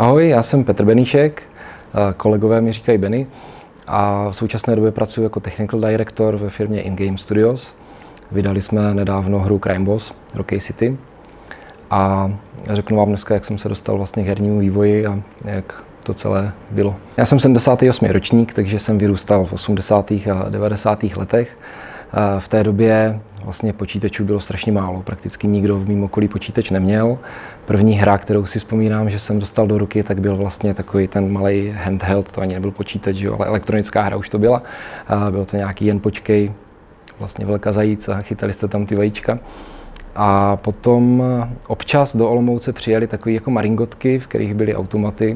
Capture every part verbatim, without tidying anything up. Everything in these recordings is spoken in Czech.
Ahoj, já jsem Petr Beníšek, kolegové mi říkají Benny a v současné době pracuji jako technical director ve firmě InGame Studios. Vydali jsme nedávno hru Crime Boss, Rocky City a řeknu vám dneska, jak jsem se dostal vlastně k hernímu vývoji a jak to celé bylo. Já jsem sedmdesátý osmý ročník, takže jsem vyrůstal v osmdesátých a devadesátých letech. V té době vlastně počítačů bylo strašně málo, prakticky nikdo v mém okolí počítač neměl. První hra, kterou si vzpomínám, že jsem dostal do ruky, tak byl vlastně takový ten malý handheld, to ani nebyl počítač, jo, ale elektronická hra už to byla. Bylo to nějaký jen počkej, vlastně velká zajíc a chytali jste tam ty vajíčka. A potom občas do Olomouce přijeli takové jako maringotky, v kterých byly automaty.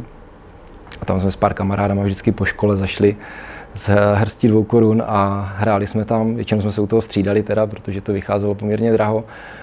A tam jsme s pár kamarádama vždycky po škole zašli z hrstí dvou korun a hráli jsme tam, většinou jsme se u toho střídali teda, protože to vycházelo poměrně draho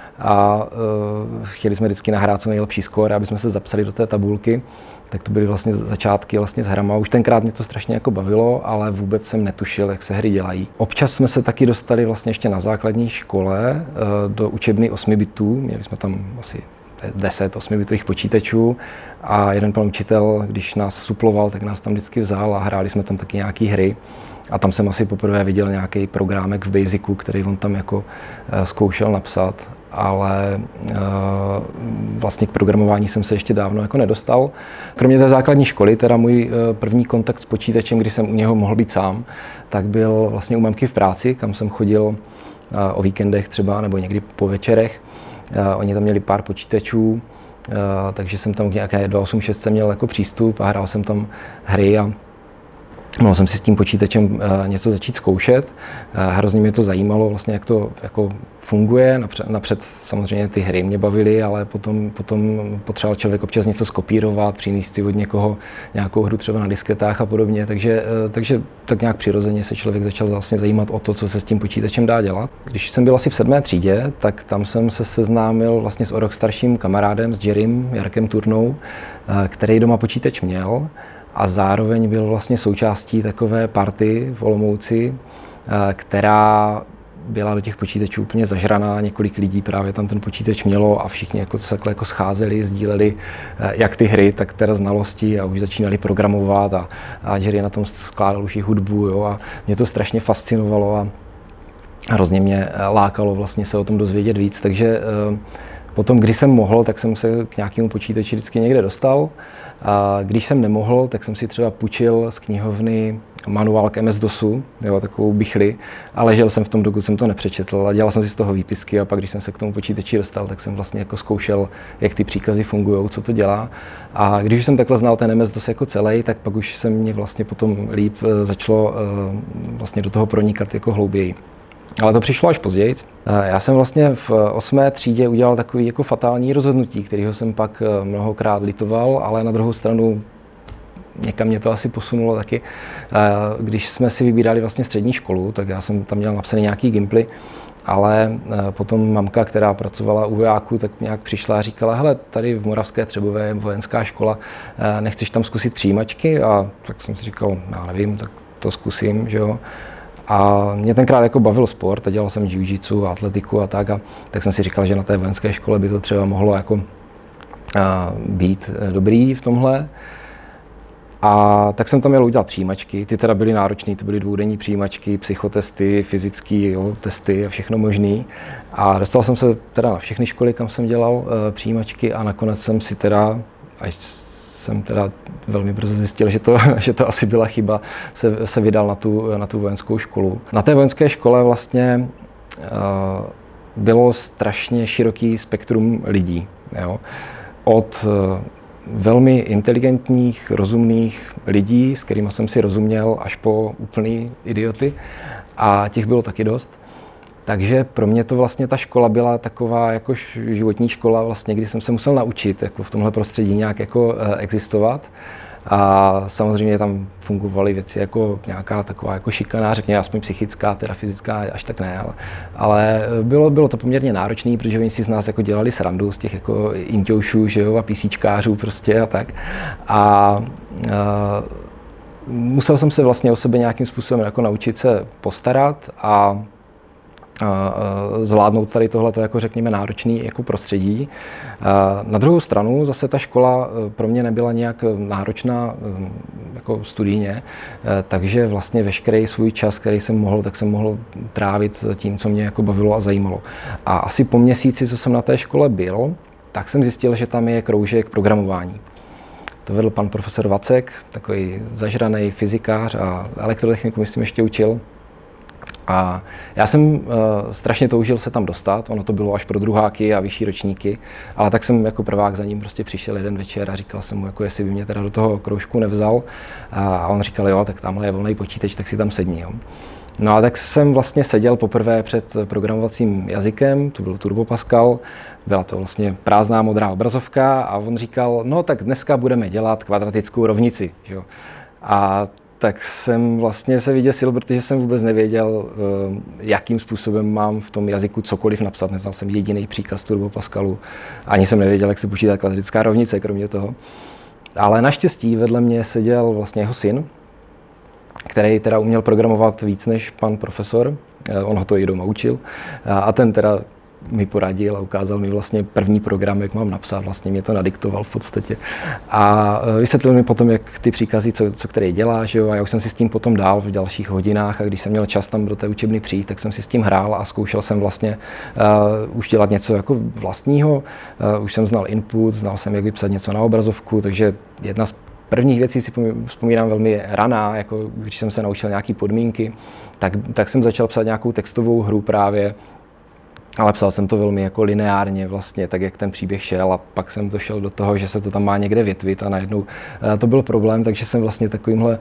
a uh, chtěli jsme vždycky nahrát co nejlepší skóre, aby jsme se zapsali do té tabulky, tak to byly vlastně začátky vlastně s hrama. Už tenkrát mě to strašně jako bavilo, ale vůbec jsem netušil, jak se hry dělají. Občas jsme se taky dostali vlastně ještě na základní škole uh, do učebny osmi bitů, měli jsme tam asi deset osmibitových počítačů a jeden pan učitel, když nás suploval, tak nás tam vždycky vzal a hráli jsme tam taky nějaký hry. A tam jsem asi poprvé viděl nějaký programek v Basicu, který on tam jako zkoušel napsat, ale vlastně k programování jsem se ještě dávno jako nedostal. Kromě té základní školy, teda můj první kontakt s počítačem, kdy jsem u něho mohl být sám, tak byl vlastně u mamky v práci, kam jsem chodil o víkendech třeba nebo někdy po večerech. Uh, oni tam měli pár počítačů, uh, takže jsem tam k nějaké do osm šest měl jako přístup a hrál jsem tam hry a mohl jsem si s tím počítačem uh, něco začít zkoušet. Uh, hrozně mě to zajímalo, vlastně, jak to jako funguje. Napřed, napřed samozřejmě ty hry mě bavily, ale potom, potom potřeboval člověk občas něco skopírovat, přinést si od někoho nějakou hru třeba na disketách a podobně. Takže, uh, takže tak nějak přirozeně se člověk začal vlastně zajímat o to, co se s tím počítačem dá dělat. Když jsem byl asi v sedmé třídě, tak tam jsem se seznámil vlastně s o rok starším kamarádem, s Jerrym, Jarkem Turnou, uh, který doma počítač měl. A zároveň byl vlastně součástí takové party v Olomouci, která byla do těch počítačů úplně zažraná. Několik lidí právě tam ten počítač mělo a všichni jako se takhle jako scházeli, sdíleli jak ty hry, tak teda znalosti a už začínali programovat a, a Jerry na tom skládal už i hudbu, jo, a mě to strašně fascinovalo a hrozně mě lákalo vlastně se o tom dozvědět víc, takže potom, když jsem mohl, tak jsem se k nějakému počítači vždycky někde dostal. A když jsem nemohl, tak jsem si třeba půjčil z knihovny manuál k em es dosu, jo, takovou bichli, a ležel jsem v tom, dokud jsem to nepřečetl a dělal jsem si z toho výpisky a pak, když jsem se k tomu počítači dostal, tak jsem vlastně jako zkoušel, jak ty příkazy fungují, co to dělá. A když jsem takhle znal ten em es dos jako celý, tak pak už se mě vlastně potom líp začalo vlastně do toho pronikat jako hlouběji. Ale to přišlo až později. Já jsem vlastně v osmé třídě udělal takový jako fatální rozhodnutí, kterého jsem pak mnohokrát litoval, ale na druhou stranu někam mě to asi posunulo taky. Když jsme si vybírali vlastně střední školu, tak já jsem tam měl napsaný nějaký gimply, ale potom mamka, která pracovala u vojáků, tak nějak přišla a říkala, hele, tady v Moravské Třebové je vojenská škola, nechceš tam zkusit přijímačky? A tak jsem si říkal, já nevím, tak to zkusím, že jo. A mě tenkrát jako bavil sport a dělal jsem jiu-jitsu a atletiku a tak, a tak jsem si říkal, že na té vojenské škole by to třeba mohlo jako a, být dobrý v tomhle. A tak jsem tam měl udělat přijímačky, ty teda byly náročné, to byly dvoudenní přijímačky, psychotesty, fyzické testy a všechno možný. A dostal jsem se teda na všechny školy, kam jsem dělal uh, přijímačky a nakonec jsem si teda, až jsem teda velmi brzo zjistil, že to, že to asi byla chyba, se, se vydal na tu, na tu vojenskou školu. Na té vojenské škole vlastně uh, bylo strašně široký spektrum lidí. Jo? Od uh, velmi inteligentních, rozumných lidí, s kterými jsem si rozuměl, až po úplný idioty. A těch bylo taky dost. Takže pro mě to vlastně ta škola byla taková jako životní škola, vlastně, kdy jsem se musel naučit jako v tomhle prostředí nějak jako existovat. A samozřejmě tam fungovaly věci jako nějaká taková jako šikana, řekněme aspoň psychická, teda fyzická, až tak ne, ale, ale bylo, bylo to poměrně náročné, protože oni si z nás jako dělali srandu z těch jako inťoušů, že jo, a písíčkářů prostě a tak. A, a musel jsem se vlastně o sebe nějakým způsobem jako naučit se postarat a zvládnout tady tohleto jako řekněme náročný jako prostředí. Na druhou stranu zase ta škola pro mě nebyla nějak náročná jako studijně, takže vlastně veškerý svůj čas, který jsem mohl, tak jsem mohl trávit tím, co mě jako bavilo a zajímalo. A asi po měsíci, co jsem na té škole byl, tak jsem zjistil, že tam je kroužek programování. To vedl pan profesor Vacek, takový zažraný fyzikář a elektrotechniku myslím ještě učil. A já jsem uh, strašně toužil se tam dostat, ono to bylo až pro druháky a vyšší ročníky, ale tak jsem jako prvák za ním prostě přišel jeden večer a říkal jsem mu, jako jestli by mě teda do toho kroužku nevzal. A on říkal, jo, tak tamhle je volný počítač, tak si tam sedni. Jo. No a tak jsem vlastně seděl poprvé před programovacím jazykem, to byl Turbo Pascal, byla to vlastně prázdná modrá obrazovka a on říkal, no tak dneska budeme dělat kvadratickou rovnici. Jo. A tak jsem vlastně se vyděsil, protože jsem vůbec nevěděl, jakým způsobem mám v tom jazyku cokoliv napsat. Neznal jsem jediný příkaz Turbo Pascalu, ani jsem nevěděl, jak se počítá kvadratická rovnice, kromě toho. Ale naštěstí vedle mě seděl vlastně jeho syn, který teda uměl programovat víc než pan profesor. On ho to i doma učil. A ten teda mi poradil a ukázal mi vlastně první program, jak mám napsat, vlastně mě to nadiktoval v podstatě. A vysvětlil mi potom, jak ty příkazy, co, co který dělá, že jo, a já už jsem si s tím potom dál v dalších hodinách a když jsem měl čas tam do té učebny přijít, tak jsem si s tím hrál a zkoušel jsem vlastně uh, už dělat něco jako vlastního. Uh, už jsem znal input, znal jsem, jak vypsat něco na obrazovku, takže jedna z prvních věcí si vzpomínám velmi raná, jako když jsem se naučil nějaké podmínky, tak, tak jsem začal psát nějakou textovou hru právě. Ale psal jsem to velmi jako lineárně vlastně, tak jak ten příběh šel a pak jsem došel do toho, že se to tam má někde větvit a najednou to byl problém, takže jsem vlastně takovýmhle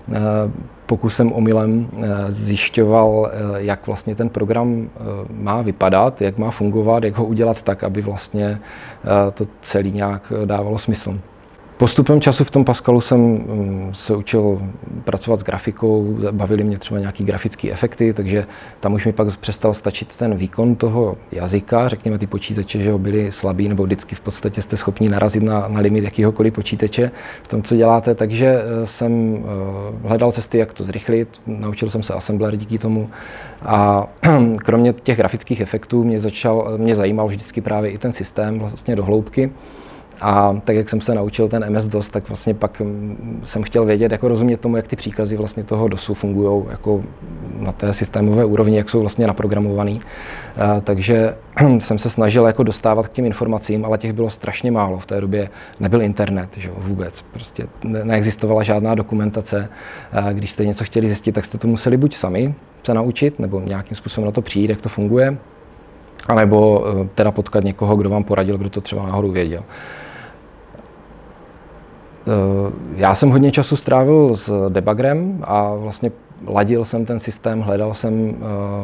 pokusem omylem zjišťoval, jak vlastně ten program má vypadat, jak má fungovat, jak ho udělat tak, aby vlastně to celý nějak dávalo smysl. Postupem času v tom Pascalu jsem se učil pracovat s grafikou, bavily mě třeba nějaký grafické efekty, takže tam už mi pak přestal stačit ten výkon toho jazyka, řekněme ty počítače, že ho byly slabý, nebo vždycky v podstatě jste schopni narazit na, na limit jakýhokoliv počítače v tom, co děláte, takže jsem hledal cesty, jak to zrychlit, naučil jsem se assembler díky tomu a kromě těch grafických efektů mě, začal, mě zajímal vždycky právě i ten systém vlastně do hloubky. A tak, jak jsem se naučil ten M S DOS, tak vlastně pak jsem chtěl vědět, jako rozumět tomu, jak ty příkazy vlastně toho DOSu fungují jako na té systémové úrovni, jak jsou vlastně naprogramovaný. Takže jsem se snažil jako dostávat k těm informacím, ale těch bylo strašně málo. V té době nebyl internet, že jo, vůbec. Prostě neexistovala žádná dokumentace. Když jste něco chtěli zjistit, tak jste to museli buď sami se naučit, nebo nějakým způsobem na to přijít, jak to funguje, anebo teda potkat někoho, kdo vám poradil, kdo to třeba náhodou věděl. Já jsem hodně času strávil s debuggerem a vlastně ladil jsem ten systém, hledal jsem,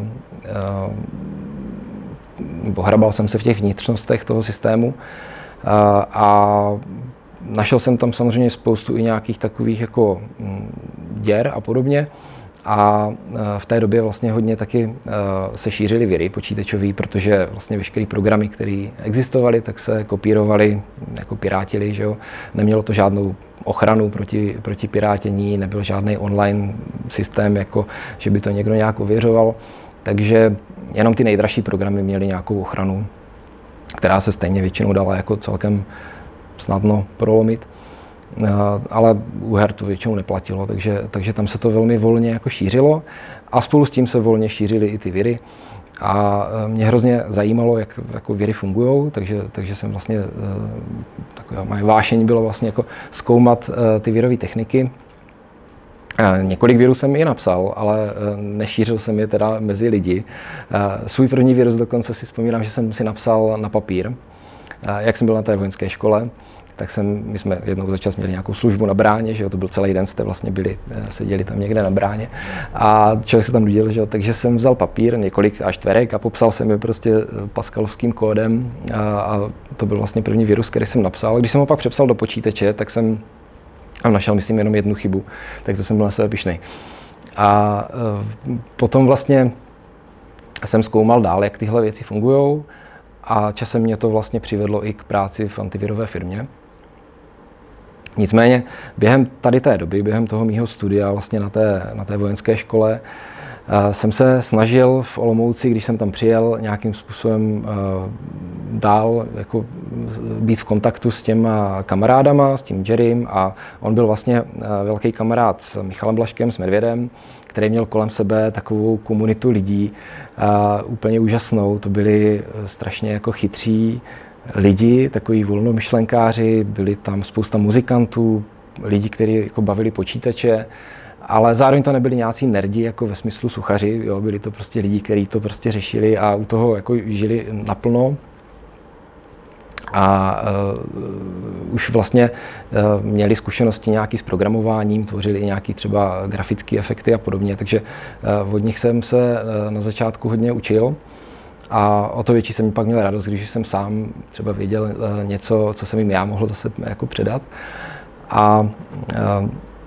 nebo hrabal jsem se v těch vnitřnostech toho systému a našel jsem tam samozřejmě spoustu i nějakých takových jako děr a podobně. A v té době vlastně hodně taky se šířily viry počítačové, protože vlastně veškeré programy, které existovaly, tak se kopírovaly, jako pirátily, že jo. Nemělo to žádnou ochranu proti, proti pirátění, nebyl žádný online systém, jako že by to někdo nějak ověřoval. Takže jenom ty nejdražší programy měly nějakou ochranu, která se stejně většinou dala jako celkem snadno prolomit. Ale u her to většinou neplatilo, takže, takže tam se to velmi volně jako šířilo a spolu s tím se volně šířily i ty viry. A mě hrozně zajímalo, jak jako viry fungují, takže, takže jsem vlastně, taková moje vášeň bylo vlastně jako zkoumat ty virové techniky. Několik virů jsem i napsal, ale nešířil jsem je teda mezi lidi. Svůj první virus dokonce si vzpomínám, že jsem si napsal na papír, jak jsem byl na té vojenské škole. Tak jsem, my jsme jednou za čas měli nějakou službu na bráně, že jo, to byl celý den, jste vlastně byli, seděli tam někde na bráně a člověk se tam nudil, že jo, takže jsem vzal papír, několik až čtverek a popsal jsem je prostě pascalovským kódem a, a to byl vlastně první virus, který jsem napsal. Když jsem ho pak přepsal do počítače, tak jsem tam našel, myslím, jenom jednu chybu, tak to jsem byl na sebe pyšnej. A potom vlastně jsem zkoumal dál, jak tyhle věci fungujou a časem mě to vlastně přivedlo i k práci v antivirové firmě. Nicméně během tady té doby, během toho mýho studia vlastně na té, na té vojenské škole, jsem se snažil v Olomouci, když jsem tam přijel, nějakým způsobem dál jako být v kontaktu s těma kamarádama, s tím Jerrym, a on byl vlastně velký kamarád s Michalem Blažkem, s Medvědem, který měl kolem sebe takovou komunitu lidí, úplně úžasnou. To byli strašně jako chytří lidi, takový volnomyšlenkáři, byli tam spousta muzikantů, lidi, kteří jako bavili počítače, ale zároveň to nebyli nějací nerdi jako ve smyslu suchaři, jo, byli to prostě lidi, kteří to prostě řešili a u toho jako žili naplno. A uh, už vlastně uh, měli zkušenosti nějaký s programováním, tvořili i nějaký třeba grafické efekty a podobně, takže uh, od nich jsem se uh, na začátku hodně učil. A o to větší jsem mi pak měl radost, když jsem sám třeba věděl uh, něco, co jsem jim já mohl zase jako předat. A uh,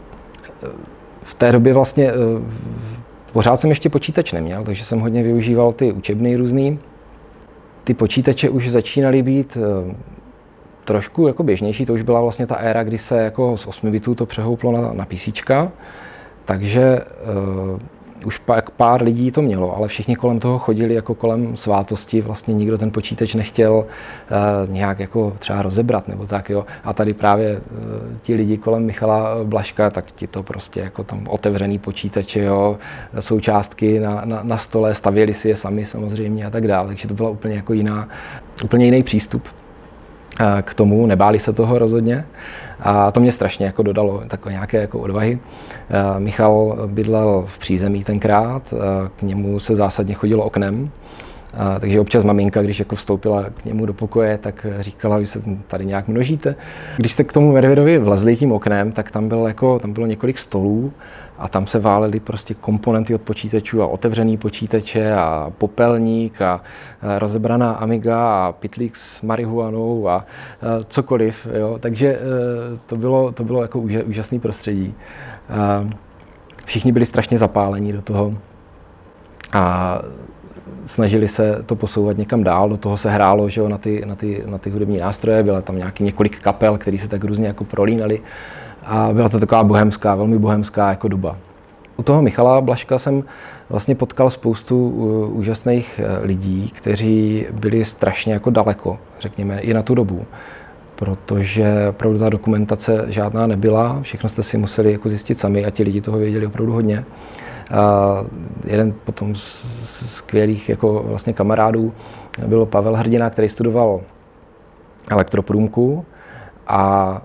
v té době vlastně uh, pořád jsem ještě počítač neměl, takže jsem hodně využíval ty učebny různý. Ty počítače už začínaly být uh, trošku jako běžnější, to už byla vlastně ta éra, kdy se jako z osmi bitů to přehouplo na, na PCčka, takže uh, už pak pár lidí to mělo, ale všichni kolem toho chodili jako kolem svátosti, vlastně nikdo ten počítač nechtěl uh, nějak jako třeba rozebrat nebo tak, jo. A tady právě uh, ti lidi kolem Michala Blažka, tak ti to prostě jako tam otevřený počítače, jo, součástky na, na, na stole, stavěli si je sami samozřejmě a tak dále, takže to byla úplně jako jiná, úplně jiný přístup k tomu, nebáli se toho rozhodně. A to mě strašně jako dodalo takové nějaké jako odvahy. Michal bydlel v přízemí tenkrát, k němu se zásadně chodilo oknem, takže občas maminka, když jako vstoupila k němu do pokoje, tak říkala, vy se tady nějak množíte. Když jste k tomu Medvědovi vlezli tím oknem, tak tam bylo, jako, tam bylo několik stolů a tam se válely prostě komponenty od počítačů a otevřený počítače a popelník a rozebraná Amiga a pytlík s marihuanou a cokoliv. Jo. Takže to bylo, to bylo jako úžasné prostředí. Všichni byli strašně zapálení do toho a snažili se to posouvat někam dál, do toho se hrálo, že jo, na, ty, na, ty, na ty hudební nástroje, byla tam nějaký několik kapel, které se tak různě jako prolínaly a byla to taková bohemská, velmi bohemská jako doba. U toho Michala Blažka jsem vlastně potkal spoustu úžasných lidí, kteří byli strašně jako daleko, řekněme, i na tu dobu, protože opravdu ta dokumentace žádná nebyla, všechno jste si museli jako zjistit sami a ti lidi toho věděli opravdu hodně. A jeden potom z skvělých jako vlastně kamarádů byl Pavel Hrdina, který studoval elektroprůmku a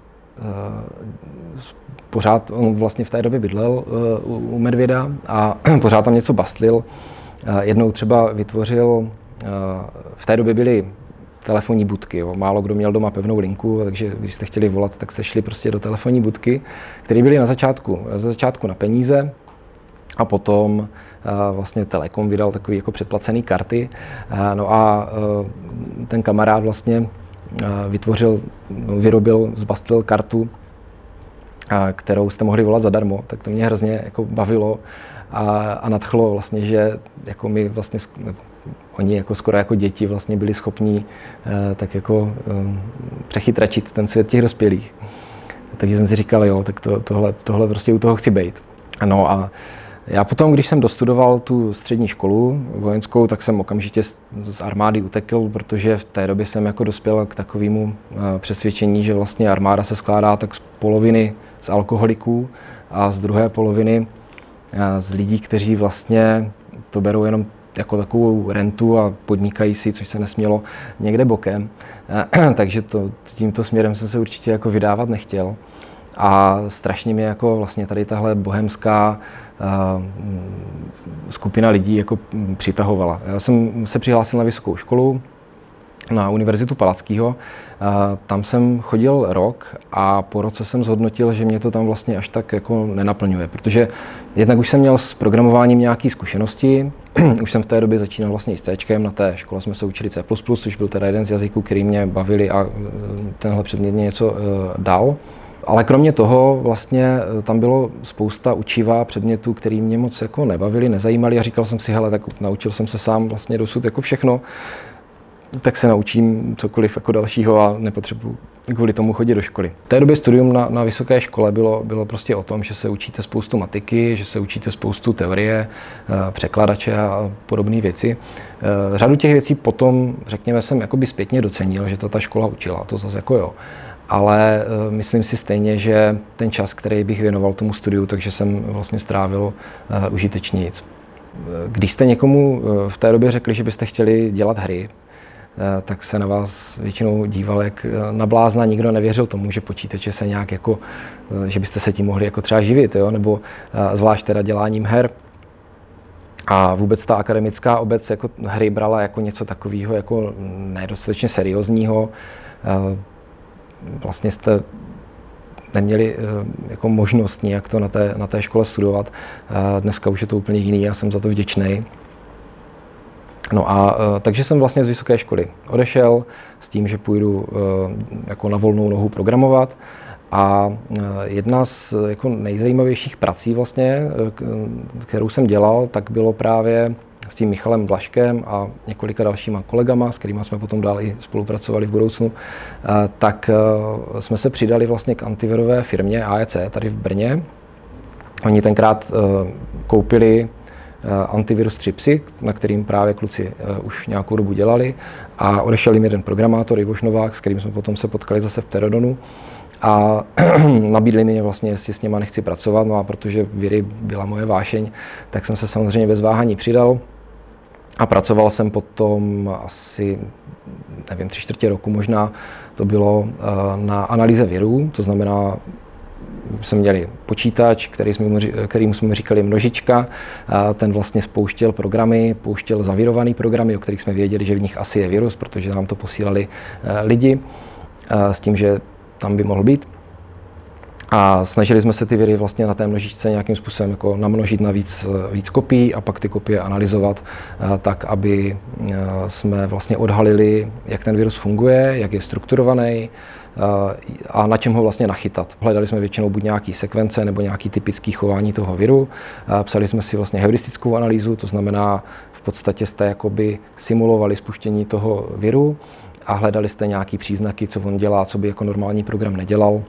pořád on vlastně v té době bydlel u Medvěda a pořád tam něco bastlil. Jednou třeba vytvořil, v té době byly telefonní budky, jo. Málo kdo měl doma pevnou linku, takže když jste chtěli volat, tak se šli prostě do telefonní budky, které byly na začátku, na začátku na peníze. A potom uh, vlastně Telekom vydal takový jako předplacený karty. Uh, no a uh, ten kamarád vlastně uh, vytvořil, vyrobil, zbastlil kartu, uh, kterou jste mohli volat zadarmo. Tak to mě hrozně jako bavilo a, a nadchlo vlastně, že jako my vlastně, oni jako skoro jako děti vlastně byli schopní uh, tak jako um, přechytračit ten svět těch dospělých. Takže jsem si říkal, jo, tak to, tohle, tohle prostě u toho chci bejt. No a já potom, když jsem dostudoval tu střední školu vojenskou, tak jsem okamžitě z armády utekl, protože v té době jsem jako dospěl k takovému přesvědčení, že vlastně armáda se skládá tak z poloviny z alkoholiků a z druhé poloviny z lidí, kteří vlastně to berou jenom jako takovou rentu a podnikají si, což se nesmělo, někde bokem. Takže to, tímto směrem jsem se určitě jako vydávat nechtěl. A strašně mě jako vlastně tady tahle bohemská uh, skupina lidí jako přitahovala. Já jsem se přihlásil na vysokou školu, na Univerzitu Palackého. Uh, tam jsem chodil rok a po roce jsem zhodnotil, že mě to tam vlastně až tak jako nenaplňuje, protože jednak už jsem měl s programováním nějaké zkušenosti, už jsem v té době začínal vlastně i s Cčkem, na té škole jsme se učili C plus plus, což byl teda jeden z jazyků, který mě bavili a tenhle předmět mě něco uh, dal. Ale kromě toho vlastně tam bylo spousta učiva předmětů, který mě moc jako nebavili, nezajímali a říkal jsem si, hele, tak naučil jsem se sám vlastně dosud jako všechno. tak se naučím cokoliv jako dalšího a nepotřebuji kvůli tomu chodit do školy. V té době studium na, na vysoké škole bylo, bylo prostě o tom, že se učíte spoustu matiky, že se učíte spoustu teorie, překladače a podobné věci. Řadu těch věcí potom, řekněme, jsem jakoby zpětně docenil, že to ta škola učila, to zase jako jo. Ale myslím si stejně, že ten čas, který bych věnoval tomu studiu, takže jsem vlastně strávil užitečně nic. Když jste někomu v té době řekli, že byste chtěli dělat hry, tak se na vás většinou díval jak na blázna, nikdo nevěřil tomu, že počítače se nějak jako, že byste se tím mohli jako třeba živit, jo? Nebo zvlášť teda děláním her. A vůbec ta akademická obec jako hry brala jako něco takového jako nedostatečně seriózního. Vlastně jste neměli jako možnost nějak to na té, na té škole studovat. Dneska už je to úplně jiný, já jsem za to vděčný. No a takže jsem vlastně z vysoké školy odešel s tím, že půjdu jako na volnou nohu programovat. A jedna z jako nejzajímavějších prací vlastně, kterou jsem dělal, tak bylo právě s tím Michalem Blažkem a několika dalšíma kolegama, s kterými jsme potom dál i spolupracovali v budoucnu, tak jsme se přidali vlastně k antivirové firmě A E C tady v Brně. Oni tenkrát koupili antivirus Tripsy, na kterým právě kluci už nějakou dobu dělali, a odešel jim jeden programátor, Ivoš Novák, s kterým jsme potom se potkali zase v Pterodonu. A nabídli mi vlastně, jestli s něma nechci pracovat, no a protože viry byla moje vášeň, tak jsem se samozřejmě bez váhání přidal a pracoval jsem potom asi, nevím, tři čtvrtě roku možná, to bylo na analýze virů, to znamená, jsme měli počítač, který jsme mu, kterým jsme mu říkali množička, a ten vlastně spouštěl programy, pouštěl zavírované programy, o kterých jsme věděli, že v nich asi je virus, protože nám to posílali lidi s tím, že tam by mohl být. A snažili jsme se ty viry vlastně na té množičce nějakým způsobem jako namnožit na víc, víc kopií a pak ty kopie analyzovat tak, aby jsme vlastně odhalili, jak ten virus funguje, jak je strukturovaný a na čem ho vlastně nachytat. Hledali jsme většinou buď nějaký sekvence nebo nějaký typický chování toho viru. Psali jsme si vlastně heuristickou analýzu, to znamená, v podstatě jste jakoby simulovali spuštění toho viru a hledali jste nějaký příznaky, co on dělá, co by jako normální program nedělal.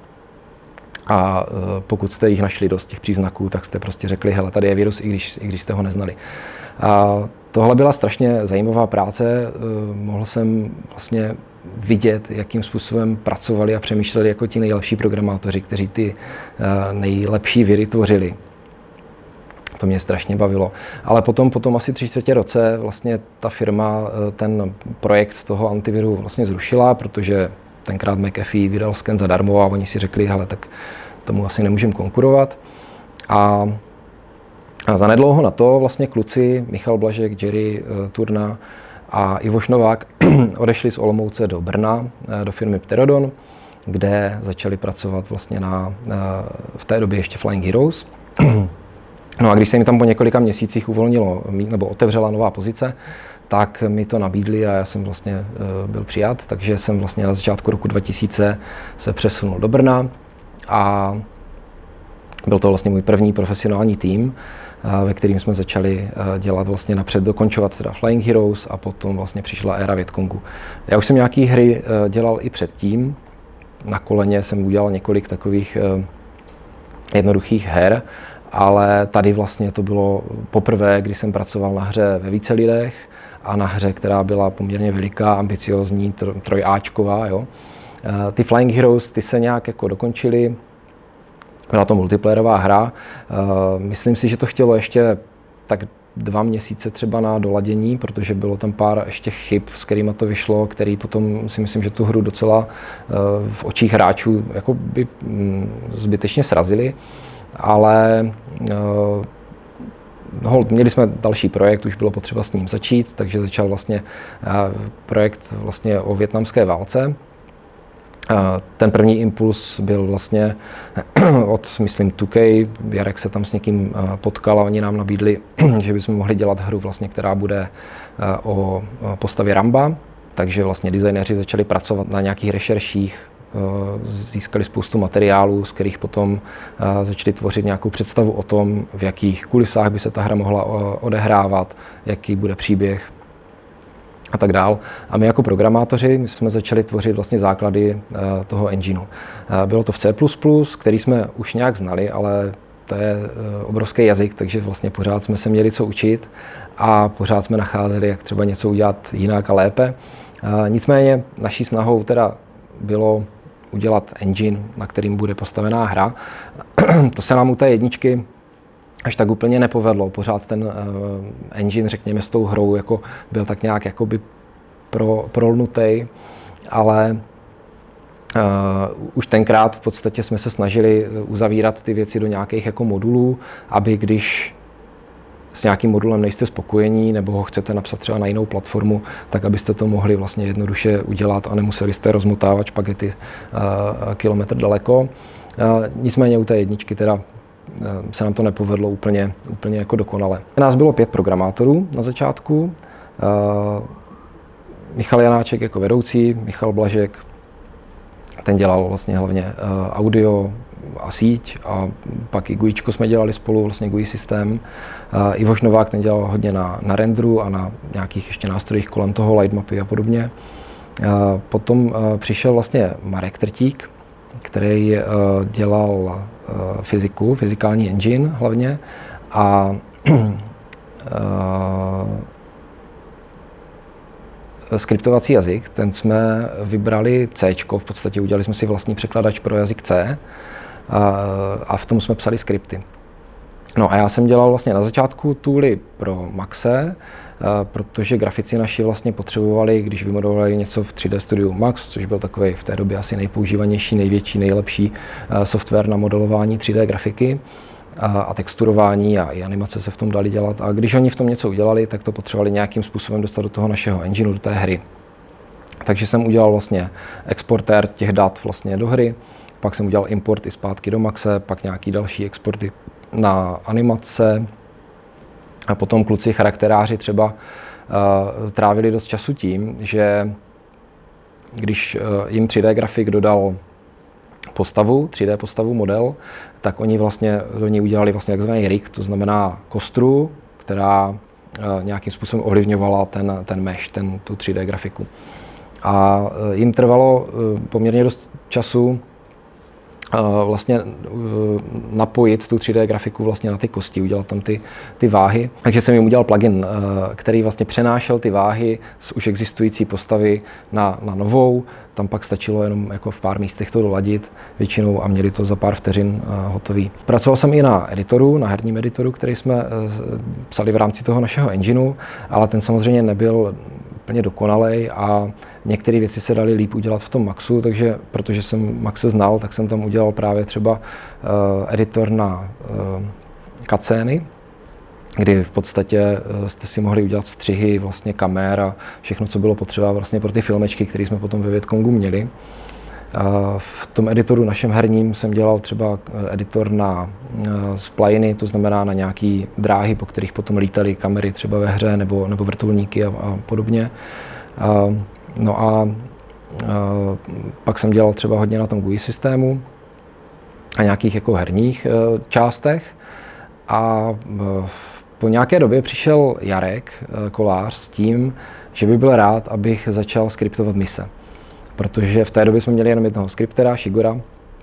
A pokud jste jich našli dost těch příznaků, tak jste prostě řekli, hele, tady je virus, i když, i když jste ho neznali. A tohle byla strašně zajímavá práce. Mohl jsem vlastně vidět, jakým způsobem pracovali a přemýšleli jako ti nejlepší programátoři, kteří ty nejlepší viry tvořili. To mě strašně bavilo. Ale potom, potom asi tři čtvrtě roce vlastně ta firma ten projekt toho antiviru vlastně zrušila, protože tenkrát McAfee vydal sken zadarmo a oni si řekli, hele, tak tomu asi nemůžeme konkurovat. A, a zanedlouho na to vlastně kluci Michal Blažek, Jerry Turna a Ivoš Novák odešli z Olomouce do Brna, do firmy Pterodon, kde začali pracovat vlastně na, v té době ještě Flying Heroes. No a když se mi tam po několika měsících uvolnilo, nebo otevřela nová pozice, tak mi to nabídli a já jsem vlastně byl přijat, takže jsem vlastně na začátku roku dva tisíce se přesunul do Brna a byl to vlastně můj první profesionální tým, ve kterým jsme začali dělat vlastně napřed, dokončovat teda Flying Heroes a potom vlastně přišla éra Vietcongu. Já už jsem nějaký hry dělal i předtím, na koleně jsem udělal několik takových jednoduchých her, ale tady vlastně to bylo poprvé, kdy jsem pracoval na hře ve více lidech a na hře, která byla poměrně veliká, ambiciozní, trojáčková. Jo. Ty Flying Heroes, ty se nějak jako dokončily, byla to multiplayerová hra. Myslím si, že to chtělo ještě tak dva měsíce třeba na doladění, protože bylo tam pár ještě chyb, s kterými to vyšlo, který potom si myslím, že tu hru docela v očích hráčů jako by zbytečně srazili. Ale no, měli jsme další projekt, už bylo potřeba s ním začít, takže začal vlastně projekt vlastně o vietnamské válce. Ten první impuls byl vlastně od, myslím, two K. Jarek se tam s někým potkal a oni nám nabídli, že bychom mohli dělat hru, vlastně, která bude o postavě Ramba. Takže vlastně designéři začali pracovat na nějakých rešerších, získali spoustu materiálů, z kterých potom začali tvořit nějakou představu o tom, v jakých kulisách by se ta hra mohla odehrávat, jaký bude příběh. a tak dál. A my jako programátoři my jsme začali tvořit vlastně základy toho engineu. Bylo to v C plus plus, který jsme už nějak znali, ale to je obrovský jazyk, takže vlastně pořád jsme se měli co učit a pořád jsme nacházeli, jak třeba něco udělat jinak a lépe. Nicméně naší snahou teda bylo udělat engine, na kterým bude postavená hra. To se nám u té jedničky až tak úplně nepovedlo. Pořád ten uh, engine, řekněme, s tou hrou jako byl tak nějak jakoby pro, prolnutý, ale uh, už tenkrát v podstatě jsme se snažili uzavírat ty věci do nějakých jako modulů, aby když s nějakým modulem nejste spokojení nebo ho chcete napsat třeba na jinou platformu, tak abyste to mohli vlastně jednoduše udělat a nemuseli jste rozmotávat špagety uh, kilometr daleko. Uh, nicméně u té jedničky teda se nám to nepovedlo úplně, úplně jako dokonale. Nás bylo pět programátorů na začátku. Michal Janáček jako vedoucí, Michal Blažek, ten dělal vlastně hlavně audio a síť a pak i GUIčko jsme dělali spolu, vlastně G U I systém. Ivoš Novák, ten dělal hodně na, na renderu a na nějakých ještě nástrojích kolem toho, lightmapy a podobně. Potom přišel vlastně Marek Trtík, který dělal fyziku, fyzikální engine hlavně a skriptovací jazyk, ten jsme vybrali C, v podstatě udělali jsme si vlastní překladač pro jazyk C a, a v tom jsme psali skripty. No a já jsem dělal vlastně na začátku tooly pro Maxe, protože grafici naši vlastně potřebovali, když vymodelovali něco v tři dé Studio Max, což byl takový v té době asi nejpoužívanější, největší, nejlepší software na modelování tři dé grafiky a texturování a i animace se v tom dali dělat. A když oni v tom něco udělali, tak to potřebovali nějakým způsobem dostat do toho našeho engineu, do té hry. Takže jsem udělal vlastně exportér těch dat vlastně do hry, pak jsem udělal import i zpátky do Maxe, pak nějaký další exporty na animace. A potom kluci charakteráři třeba uh, trávili dost času tím, že když uh, jim tři dé grafik dodal postavu, tři dé postavu, model, tak oni vlastně do ní udělali vlastně takzvaný rig, to znamená kostru, která uh, nějakým způsobem ovlivňovala ten, ten mesh, ten, tu tři dé grafiku. A uh, jim trvalo uh, poměrně dost času vlastně napojit tu tři dé grafiku vlastně na ty kosti, udělat tam ty, ty váhy. Takže jsem jim udělal plugin, který vlastně přenášel ty váhy z už existující postavy na, na novou. Tam pak stačilo jenom jako v pár místech to doladit většinou a měli to za pár vteřin hotový. Pracoval jsem i na editoru, na herním editoru, který jsme psali v rámci toho našeho engineu, ale ten samozřejmě nebyl úplně dokonalej a některé věci se daly líp udělat v tom Maxu, takže protože jsem Maxe znal, tak jsem tam udělal právě třeba uh, editor na uh, cutscény, kdy v podstatě uh, jste si mohli udělat střihy, vlastně kamer a všechno, co bylo potřeba vlastně pro ty filmečky, které jsme potom ve Vietcongu měli. Uh, v tom editoru našem herním jsem dělal třeba editor na uh, spliny, to znamená na nějaké dráhy, po kterých potom lítaly kamery třeba ve hře nebo, nebo vrtulníky a, a podobně. Uh, no a uh, pak jsem dělal třeba hodně na tom G U I systému a nějakých jako herních uh, částech. A uh, po nějaké době přišel Jarek uh, Kolář s tím, že by byl rád, abych začal skriptovat mise. Protože v té době jsme měli jenom jednoho skriptera, Shigora,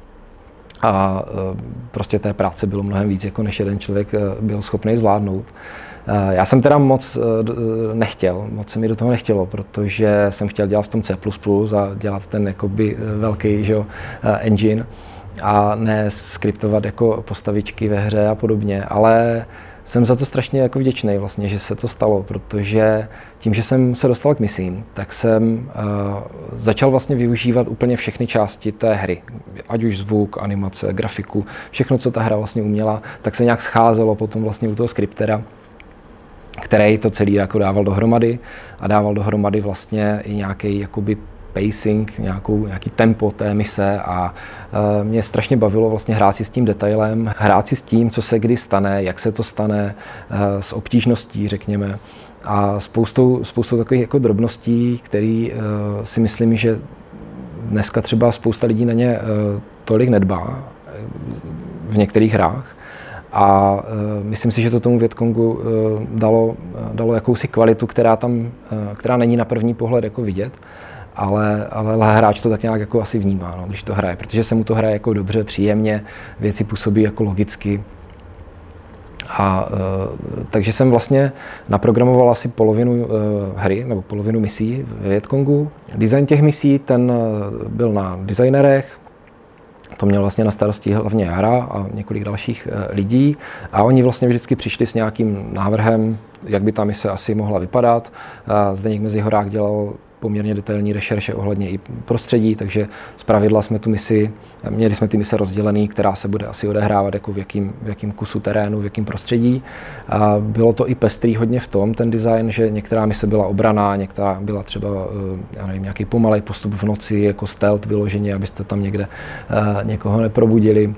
a uh, prostě té práce bylo mnohem víc, jako než jeden člověk uh, byl schopný zvládnout. Já jsem teda moc nechtěl, moc se mi do toho nechtělo, protože jsem chtěl dělat v tom C plus plus a dělat ten jakoby velký, že jo, engine a ne skriptovat jako postavičky ve hře a podobně, ale jsem za to strašně jako vděčný vlastně, že se to stalo, protože tím, že jsem se dostal k misím, tak jsem uh, začal vlastně využívat úplně všechny části té hry, ať už zvuk, animace, grafiku, všechno, co ta hra vlastně uměla, tak se nějak scházelo potom vlastně u toho skriptera, který to celý jako dával dohromady a dával dohromady vlastně i nějaký jakoby pacing, nějakou, nějaký tempo té mise a e, mě strašně bavilo vlastně hrát si s tím detailem, hrát si s tím, co se kdy stane, jak se to stane, e, s obtížností, řekněme, a spoustou, spoustou takových jako drobností, který e, si myslím, že dneska třeba spousta lidí na ně e, tolik nedbá v některých hrách. A myslím si, že to tomu Vietcongu dalo, dalo jakousi kvalitu, která tam, která není na první pohled jako vidět, ale, ale hráč to tak nějak jako asi vnímá, no, když to hraje, protože se mu to hraje jako dobře, příjemně, věci působí jako logicky. A takže jsem vlastně naprogramoval asi polovinu hry, nebo polovinu misí v Vietcongu. Design těch misí, ten byl na designerech. To měl vlastně na starosti hlavně Jara a několik dalších lidí a oni vlastně vždycky přišli s nějakým návrhem, jak by ta mise asi mohla vypadat. Zdeněk Mezihorák dělal poměrně detailní rešerše ohledně i prostředí, takže zpravidla jsme tu misi, měli jsme ty mise rozdělený, která se bude asi odehrávat jako v jakým, v jakým kusu terénu, v jakém prostředí. A bylo to i pestrý hodně v tom, ten design, že některá mise byla obraná, některá byla třeba, já nevím, nějaký pomalej postup v noci, jako stealth vyloženě, abyste tam někde uh, někoho neprobudili.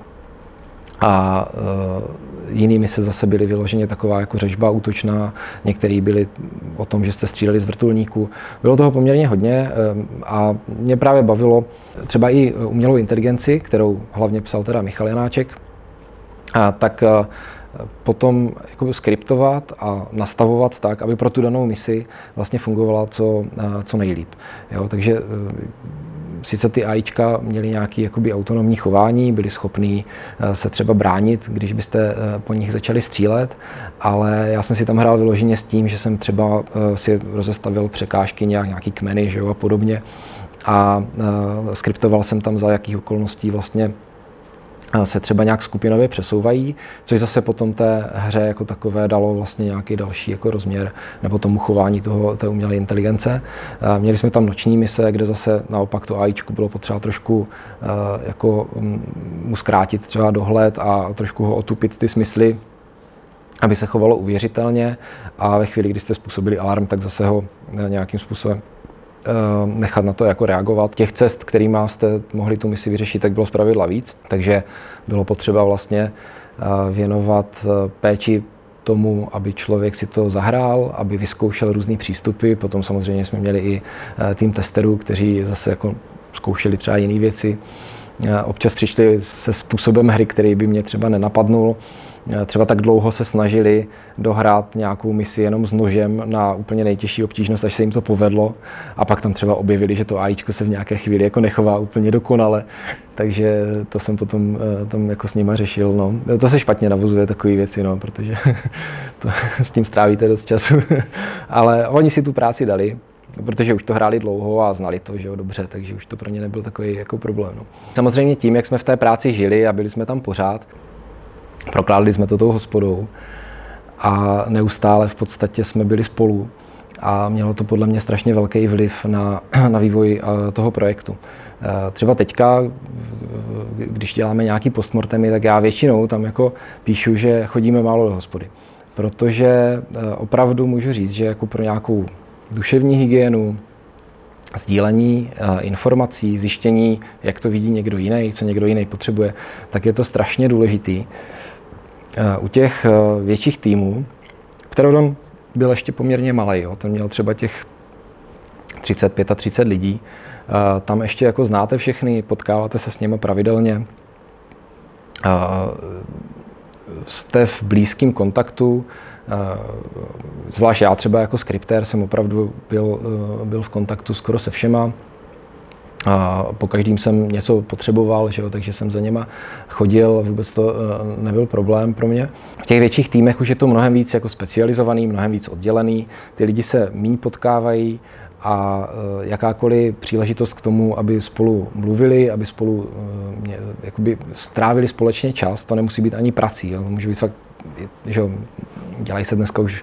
A uh, jiný mise zase byly vyloženě taková jako řežba útočná, některý byly o tom, že jste stříleli z vrtulníku. Bylo toho poměrně hodně uh, a mě právě bavilo třeba i umělou inteligenci, kterou hlavně psal teda Michal Janáček, a tak uh, potom jako skriptovat a nastavovat tak, aby pro tu danou misi vlastně fungovala co, uh, co nejlíp. Jo, takže uh, sice ty AIčka měly nějaké jakoby autonomní chování, byly schopný se třeba bránit, když byste po nich začali střílet, ale já jsem si tam hrál vyloženě s tím, že jsem třeba si rozestavil překážky, nějak, nějaký kmeny, že jo, a podobně a skriptoval jsem tam, za jakých okolností vlastně se třeba nějak skupinově přesouvají, což zase potom té hře jako takové dalo vlastně nějaký další jako rozměr nebo tomu chování toho, té umělé inteligence. Měli jsme tam noční mise, kde zase naopak to AIčku bylo potřeba trošku jako mu zkrátit třeba dohled a trošku ho otupit ty smysly, aby se chovalo uvěřitelně a ve chvíli, kdy jste způsobili alarm, tak zase ho nějakým způsobem nechat na to jako reagovat. Těch cest, kterými jste mohli tu misi vyřešit, tak bylo zpravidla víc, takže bylo potřeba vlastně věnovat péči tomu, aby člověk si to zahrál, aby vyzkoušel různý přístupy. Potom samozřejmě jsme měli i tým testerů, kteří zase jako zkoušeli třeba jiné věci. Občas přišli se způsobem hry, který by mě třeba nenapadnul. Třeba tak dlouho se snažili dohrát nějakou misi jenom s nožem na úplně nejtěžší obtížnost, až se jim to povedlo. A pak tam třeba objevili, že to AIčko se v nějaké chvíli jako nechová úplně dokonale. Takže to jsem potom tam jako s nima řešil. No. To se špatně navozuje takové věci, no, protože to, s tím strávíte dost času. Ale oni si tu práci dali, protože už to hráli dlouho a znali to, že jo, dobře, takže už to pro ně nebyl takový jako problém. No. Samozřejmě tím, jak jsme v té práci žili a byli jsme tam pořád, prokládali jsme to tou hospodou a neustále v podstatě jsme byli spolu a mělo to podle mě strašně velký vliv na, na vývoj toho projektu. Třeba teďka, když děláme nějaký postmortemy, tak já většinou tam jako píšu, že chodíme málo do hospody. Protože opravdu můžu říct, že jako pro nějakou duševní hygienu, sdílení informací, zjištění, jak to vidí někdo jiný, co někdo jiný potřebuje, tak je to strašně důležitý. U těch větších týmů, Pterodon byl ještě poměrně malý, jo, ten měl třeba těch třicet pět a třicet lidí, tam ještě jako znáte všechny, potkáváte se s nimi pravidelně, jste v blízkém kontaktu, zvlášť já třeba jako skriptér jsem opravdu byl, byl v kontaktu skoro se všema. A po každým jsem něco potřeboval, že jo, takže jsem za něma chodil, vůbec to nebyl problém pro mě. V těch větších týmech už je to mnohem víc jako specializovaný, mnohem víc oddělený, ty lidi se méně potkávají a jakákoliv příležitost k tomu, aby spolu mluvili, aby spolu jakoby strávili společně čas, to nemusí být ani prací, jo, to může být fakt, že jo, dělají se dneska už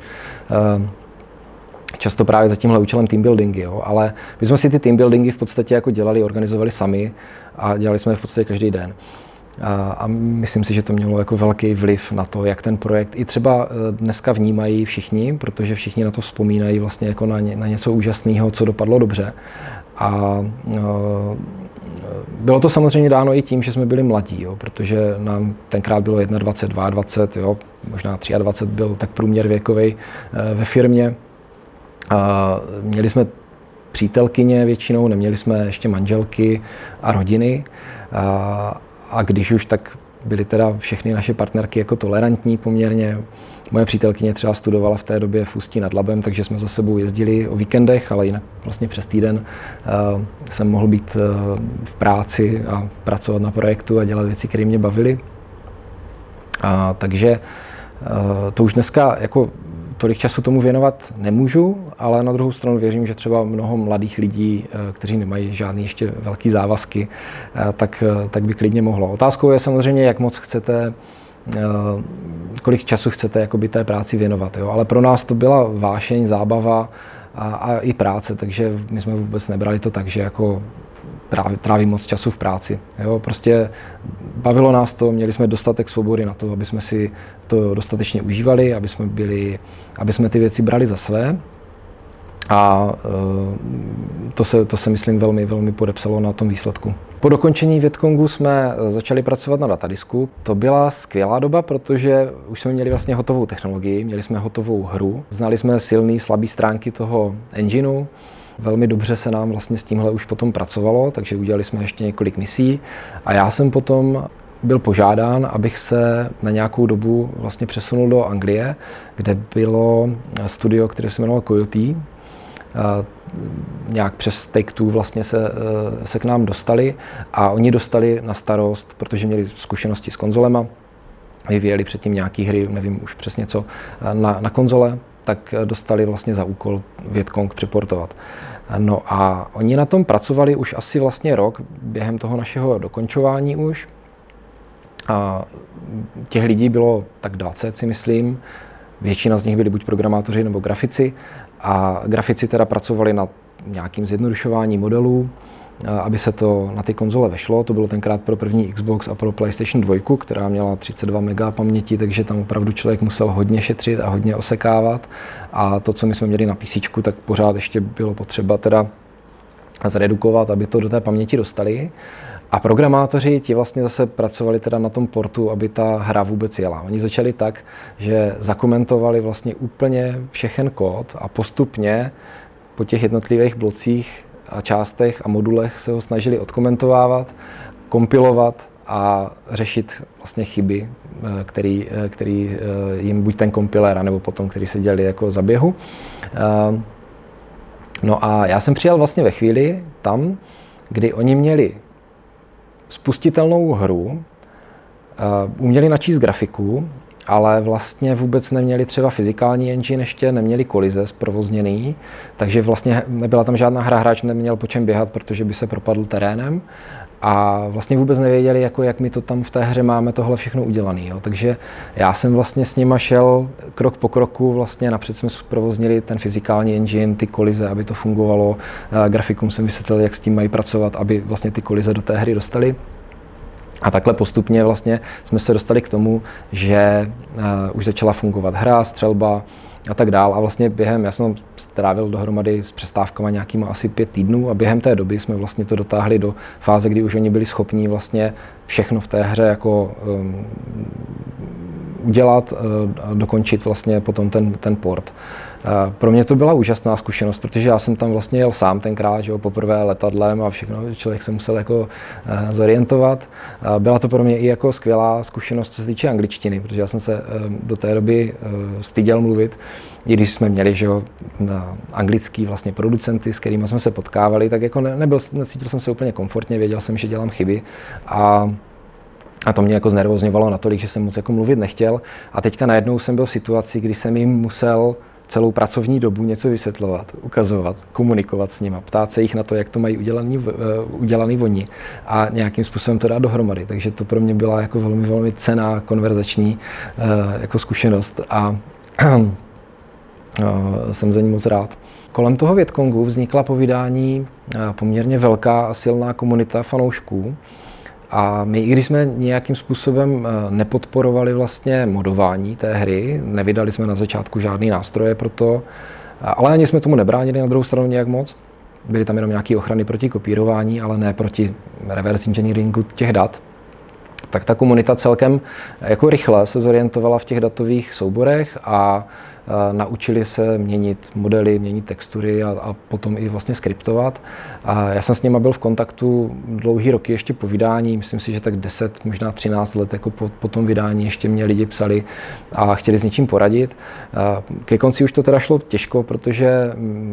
často právě za tímhle účelem teambuildingy, jo, ale my jsme si ty teambuildingy v podstatě jako dělali, organizovali sami a dělali jsme je v podstatě každý den. A, a myslím si, že to mělo jako velký vliv na to, jak ten projekt i třeba dneska vnímají všichni, protože všichni na to vzpomínají vlastně jako na, ně, na něco úžasného, co dopadlo dobře. A no, bylo to samozřejmě dáno i tím, že jsme byli mladí, jo, protože nám tenkrát bylo dvacet jedna, dvacet dva, jo, možná dvacet tři byl tak průměr věkovej ve firmě. A měli jsme přítelkyně většinou, neměli jsme ještě manželky a rodiny. A, a když už, tak byly teda všechny naše partnerky jako tolerantní poměrně. Moje přítelkyně třeba studovala v té době v Ústí nad Labem, takže jsme za sebou jezdili o víkendech, ale jinak vlastně přes týden uh, jsem mohl být uh, v práci a pracovat na projektu a dělat věci, které mě bavily. A, takže uh, to už dneska jako tolik času tomu věnovat nemůžu, ale na druhou stranu věřím, že třeba mnoho mladých lidí, kteří nemají žádný ještě velký závazky, tak, tak by klidně mohlo. Otázkou je samozřejmě, jak moc chcete, kolik času chcete jakoby té práci věnovat. Jo? Ale pro nás to byla vášeň, zábava a, a i práce, takže my jsme vůbec nebrali to tak, že jako Tráví, tráví moc času v práci. Jo? Prostě bavilo nás to, měli jsme dostatek svobody na to, aby jsme si to dostatečně užívali, aby jsme, byli, aby jsme ty věci brali za své. A e, to, se, to se, myslím, velmi, velmi podepsalo na tom výsledku. Po dokončení Vietcongu jsme začali pracovat na datadisku. To byla skvělá doba, protože už jsme měli vlastně hotovou technologii, měli jsme hotovou hru, znali jsme silné, slabé stránky toho engineu. Velmi dobře se nám vlastně s tímhle už potom pracovalo, takže udělali jsme ještě několik misí a já jsem potom byl požádán, abych se na nějakou dobu vlastně přesunul do Anglie, kde bylo studio, které se jmenovalo Coyote. Nějak přes Take-Two vlastně se, se k nám dostali a oni dostali na starost, protože měli zkušenosti s konzolema, vyvíjeli předtím nějaký hry, nevím už přesně co, na, na konzole, tak dostali vlastně za úkol Vietcong přeportovat. No a oni na tom pracovali už asi vlastně rok během toho našeho dokončování už. A těch lidí bylo tak dvacet, si myslím. Většina z nich byli buď programátoři nebo grafici. A grafici teda pracovali na nějakým zjednodušování modelů, aby se to na ty konzole vešlo. To bylo tenkrát pro první Xbox a pro PlayStation dva, která měla třicet dva mega paměti, takže tam opravdu člověk musel hodně šetřit a hodně osekávat. A to, co my jsme měli na PCčku, tak pořád ještě bylo potřeba teda zredukovat, aby to do té paměti dostali. A programátoři ti vlastně zase pracovali teda na tom portu, aby ta hra vůbec jela. Oni začali tak, že zakomentovali vlastně úplně všechen kód a postupně po těch jednotlivých blocích a částech a modulech se ho snažili odkomentovávat, kompilovat a řešit vlastně chyby, který, který jim buď ten kompilér, nebo potom, který se dělali jako za běhu. No a já jsem přijel vlastně ve chvíli tam, kdy oni měli spustitelnou hru, uměli načíst grafiku, ale vlastně vůbec neměli třeba fyzikální engine ještě, neměli kolize zprovozněný, takže vlastně nebyla tam žádná hra, hráč neměl po čem běhat, protože by se propadl terénem a vlastně vůbec nevěděli, jako jak my to tam v té hře máme tohle všechno udělané. Takže já jsem vlastně s nima šel krok po kroku, vlastně napřed jsme zprovoznili ten fyzikální engine, ty kolize, aby to fungovalo, grafikům jsem vysvětlil, jak s tím mají pracovat, aby vlastně ty kolize do té hry dostali. A takhle postupně vlastně jsme se dostali k tomu, že uh, už začala fungovat hra, střelba a tak dál. A vlastně během, já jsem strávil dohromady s přestávkama nějakýma asi pět týdnů a během té doby jsme vlastně to dotáhli do fáze, kdy už oni byli schopní vlastně všechno v té hře jako um, udělat, uh, dokončit vlastně potom ten, ten port. Uh, pro mě to byla úžasná zkušenost, protože já jsem tam vlastně jel sám tenkrát, že jo, poprvé letadlem a všechno, člověk se musel jako uh, zorientovat. Uh, byla to pro mě i jako skvělá zkušenost, co se týče angličtiny, protože já jsem se uh, do té doby uh, styděl mluvit, i když jsme měli, že jo, anglický vlastně producenty, s kterými jsme se potkávali, tak jako ne, nebyl, necítil jsem se úplně komfortně, věděl jsem, že dělám chyby a A to mě jako znervozňovalo natolik, že jsem moc jako mluvit nechtěl. A teďka najednou jsem byl v situaci, kdy jsem jim musel celou pracovní dobu něco vysvětlovat, ukazovat, komunikovat s nimi, ptát se jich na to, jak to mají udělaný, udělaný oni a nějakým způsobem to dát dohromady. Takže to pro mě byla jako velmi, velmi cenná konverzační jako zkušenost a jsem za ní moc rád. Kolem toho Vietcongu vznikla po vydání poměrně velká a silná komunita fanoušků. A my, i když jsme nějakým způsobem nepodporovali vlastně modování té hry, nevydali jsme na začátku žádný nástroje pro to, ale ani jsme tomu nebránili na druhou stranu nějak moc. Byly tam jenom nějaké ochrany proti kopírování, ale ne proti reverse engineeringu těch dat. Tak ta komunita celkem jako rychle se zorientovala v těch datových souborech a naučili se měnit modely, měnit textury a, a potom i vlastně skriptovat. A já jsem s nimi byl v kontaktu dlouhý roky ještě po vydání, myslím si, že tak deset, možná třináct let jako po, po tom vydání ještě mě lidi psali a chtěli s něčím poradit. Ke konci už to teda šlo těžko, protože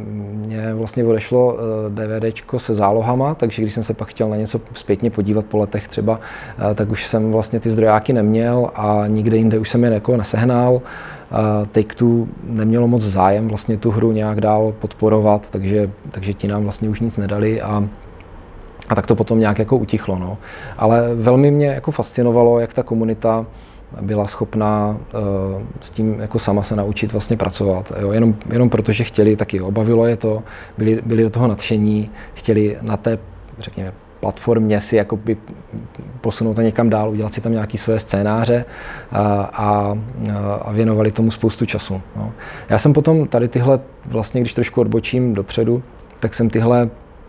mě vlastně odešlo DVDčko se zálohama, takže když jsem se pak chtěl na něco zpětně podívat po letech třeba, tak už jsem vlastně ty zdrojáky neměl a nikde jinde už jsem je jako nesehnal. Take-Two nemělo moc zájem vlastně tu hru nějak dál podporovat, takže, takže ti nám vlastně už nic nedali a, a tak to potom nějak jako utichlo. No. Ale velmi mě jako fascinovalo, jak ta komunita byla schopná uh, s tím jako sama se naučit vlastně pracovat. Jo. Jenom, jenom protože chtěli, taky obavilo je to, byli, byli do toho nadšení, chtěli na té, řekněme, platformě si jakoby posunout to někam dál, udělat si tam nějaké své scénáře a, a, a věnovali tomu spoustu času. No. Já jsem potom tady tyhle, vlastně když trošku odbočím dopředu, tak jsem tyhle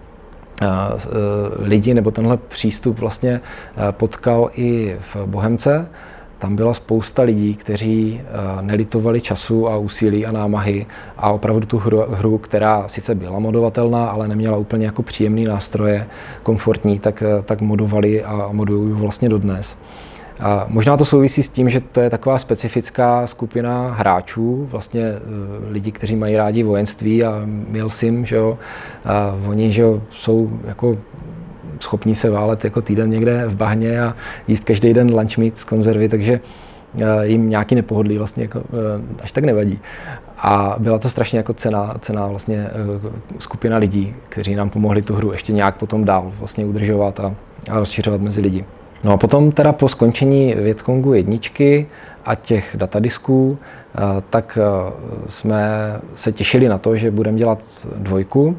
a, lidi nebo tenhle přístup vlastně potkal i v Bohemce. Tam byla spousta lidí, kteří nelitovali času a úsilí a námahy a opravdu tu hru, hru, která sice byla modovatelná, ale neměla úplně jako příjemný nástroje, komfortní, tak, tak modovali a modují vlastně dodnes. A možná to souvisí s tím, že to je taková specifická skupina hráčů, vlastně lidi, kteří mají rádi vojenství a milsim, že jo. A oni, že jo, jsou jako schopní se válet jako týden někde v bahně a jíst každý den lunch meat z konzervy, takže jim nějaký nepohodlí vlastně jako až tak nevadí. A byla to strašně jako cená, cená vlastně skupina lidí, kteří nám pomohli tu hru ještě nějak potom dál vlastně udržovat a, a rozšiřovat mezi lidi. No a potom teda po skončení Vietcongu jedničky a těch datadisků, tak jsme se těšili na to, že budeme dělat dvojku.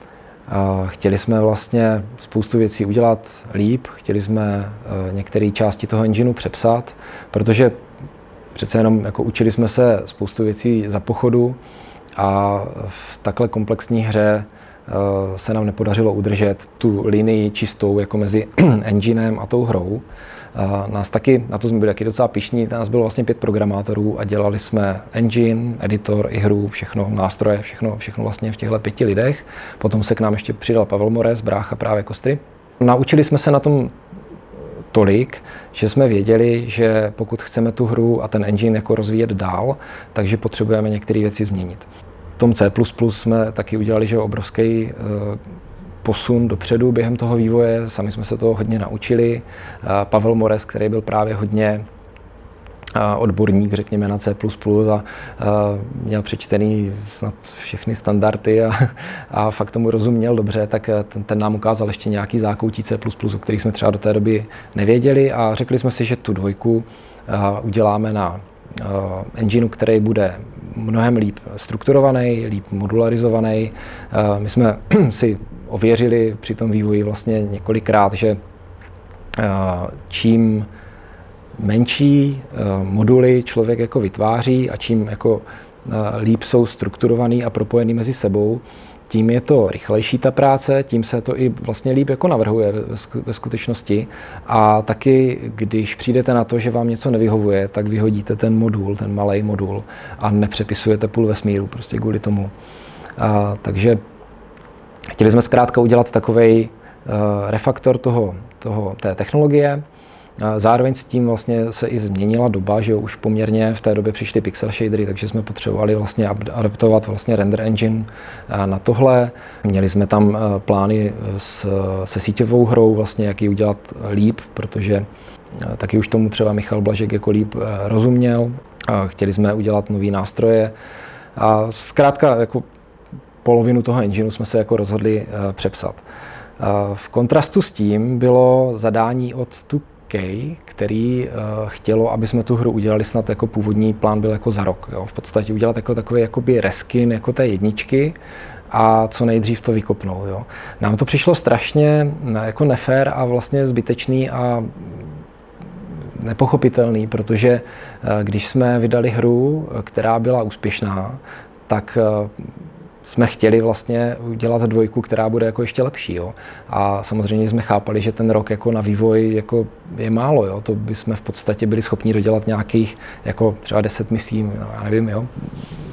Chtěli jsme vlastně spoustu věcí udělat líp, chtěli jsme některé části toho engineu přepsat, protože přece jenom jako učili jsme se spoustu věcí za pochodu a v takhle komplexní hře se nám nepodařilo udržet tu linii čistou jako mezi enginem a tou hrou. Nás taky, na to jsme byli taky docela pyšní, nás bylo vlastně pět programátorů a dělali jsme engine, editor i hru, všechno, nástroje, všechno, všechno vlastně v těchto pěti lidech. Potom se k nám ještě přidal Pavel Mores, brácha právě Kostry. Naučili jsme se na tom tolik, že jsme věděli, že pokud chceme tu hru a ten engine jako rozvíjet dál, takže potřebujeme některé věci změnit. V tom C plus plus jsme taky udělali, že obrovský posun dopředu během toho vývoje, sami jsme se toho hodně naučili. Pavel Mores, který byl právě hodně odborník, řekněme, na C plus plus a měl přečtený snad všechny standardy a, a fakt tomu rozuměl dobře, tak ten, ten nám ukázal ještě nějaký zákoutí C plus plus, o kterých jsme třeba do té doby nevěděli a řekli jsme si, že tu dvojku uděláme na engineu, který bude mnohem líp strukturovaný, líp modularizovaný. My jsme si ověřili při tom vývoji vlastně několikrát, že čím menší moduly člověk jako vytváří a čím jako líp jsou strukturovaný a propojený mezi sebou, tím je to rychlejší ta práce, tím se to i vlastně líp jako navrhuje ve skutečnosti. A taky, když přijdete na to, že vám něco nevyhovuje, tak vyhodíte ten modul, ten malý modul a nepřepisujete půl vesmíru prostě kvůli tomu. A, takže chtěli jsme zkrátka udělat takovej uh, refaktor toho, toho, té technologie. Zároveň s tím vlastně se i změnila doba, že už poměrně v té době přišly pixel shadery, takže jsme potřebovali vlastně adaptovat vlastně render engine na tohle. Měli jsme tam plány s, se síťovou hrou, vlastně jak ji udělat líp, protože taky už tomu třeba Michal Blažek jako líp rozuměl. Chtěli jsme udělat nový nástroje a zkrátka jako polovinu toho engineu jsme se jako rozhodli přepsat. V kontrastu s tím bylo zadání od tu který uh, chtělo, aby jsme tu hru udělali snad jako původní plán byl jako za rok. Jo? V podstatě udělat jako takový jakoby reskin jako té jedničky a co nejdřív to vykopnout. Jo? Nám to přišlo strašně jako nefér a vlastně zbytečný a nepochopitelný, protože uh, když jsme vydali hru, která byla úspěšná, tak uh, jsme chtěli vlastně udělat dvojku, která bude jako ještě lepší. Jo. A samozřejmě jsme chápali, že ten rok jako na vývoj jako je málo. Jo. To bychom v podstatě byli schopni dodělat nějakých jako třeba deset misí, no, já nevím, jo.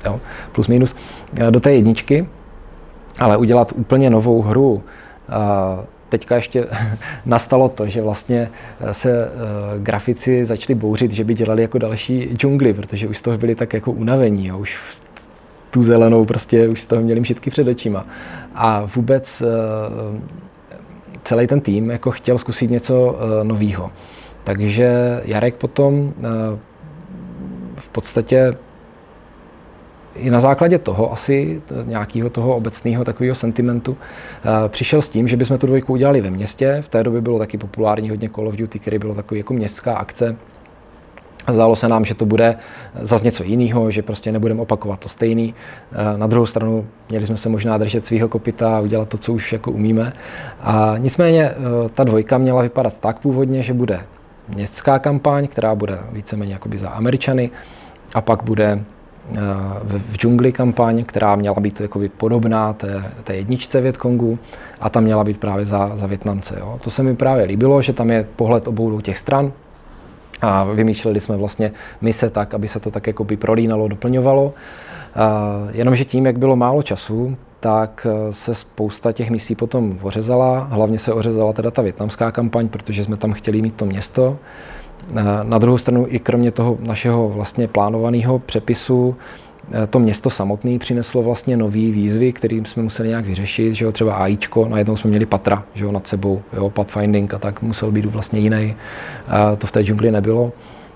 jo, plus minus, do té jedničky, ale udělat úplně novou hru. Teďka ještě nastalo to, že vlastně se grafici začali bouřit, že by dělali jako další džungli, protože už z toho byli tak jako unavení, jo, už tu zelenou prostě už z toho měli mšitky před očima. A vůbec celý ten tým jako chtěl zkusit něco nového. Takže Jarek potom v podstatě i na základě toho asi nějakého toho obecného takového sentimentu přišel s tím, že bychom tu dvojku udělali ve městě. V té době bylo taky populární hodně Call of Duty, který bylo takový jako městská akce. Zdálo se nám, že to bude zase něco jiného, že prostě nebudeme opakovat to stejný. Na druhou stranu měli jsme se možná držet svého kopyta a udělat to, co už jako umíme. A nicméně ta dvojka měla vypadat tak původně, že bude městská kampaň, která bude víceméně jakoby za Američany, a pak bude v džungli kampaň, která měla být jakoby podobná té, té jedničce Vietkongu, a tam měla být právě za, za Vietnamce. Jo. To se mi právě líbilo, že tam je pohled obou těch stran a vymýšleli jsme vlastně mise tak, aby se to tak jakoby prolínalo, doplňovalo. Jenomže tím, jak bylo málo času, tak se spousta těch misí potom ořezala. Hlavně se ořezala teda ta vietnamská kampaň, protože jsme tam chtěli mít to město. Na druhou stranu i kromě toho našeho vlastně plánovaného přepisu to město samotné přineslo vlastně nový výzvy, kterým jsme museli nějak vyřešit, že jo, třeba AIčko, najednou jsme měli patra, že jo, nad sebou, jo, pathfinding a tak musel být vlastně jiný. A to v té džungli nebylo.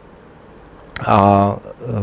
A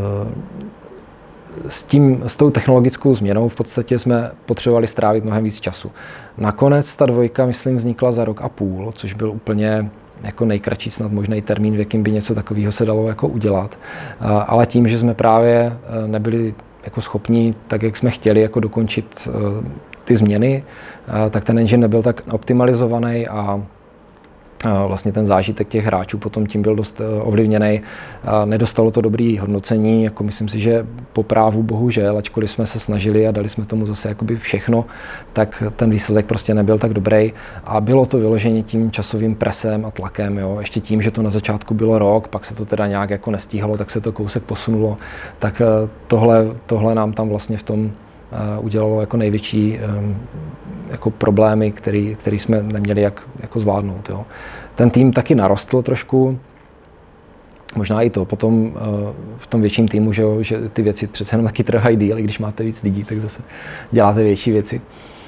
s tím, s tou technologickou změnou v podstatě jsme potřebovali strávit mnohem víc času. Nakonec ta dvojka, myslím, vznikla za rok a půl, což byl úplně jako nejkratší snad možný termín, v jakým by něco takového se dalo jako udělat. Ale tím, že jsme právě nebyli jako schopni, tak jak jsme chtěli, jako dokončit ty změny, tak ten engine nebyl tak optimalizovaný a vlastně ten zážitek těch hráčů potom tím byl dost ovlivněný. Nedostalo to dobré hodnocení, jako myslím si, že po právu bohužel, ačkoliv jsme se snažili a dali jsme tomu zase jakoby všechno, tak ten výsledek prostě nebyl tak dobrý a bylo to vyloženě tím časovým presem a tlakem. Jo. Ještě tím, že to na začátku bylo rok, pak se to teda nějak jako nestíhalo, tak se to kousek posunulo, tak tohle, tohle nám tam vlastně v tom udělalo jako největší jako problémy, který, který jsme neměli jak jako zvládnout. Jo. Ten tým taky narostl trošku, možná i to potom v tom větším týmu, že, jo, že ty věci přece jenom taky trvají díl, i když máte víc lidí, tak zase děláte větší věci.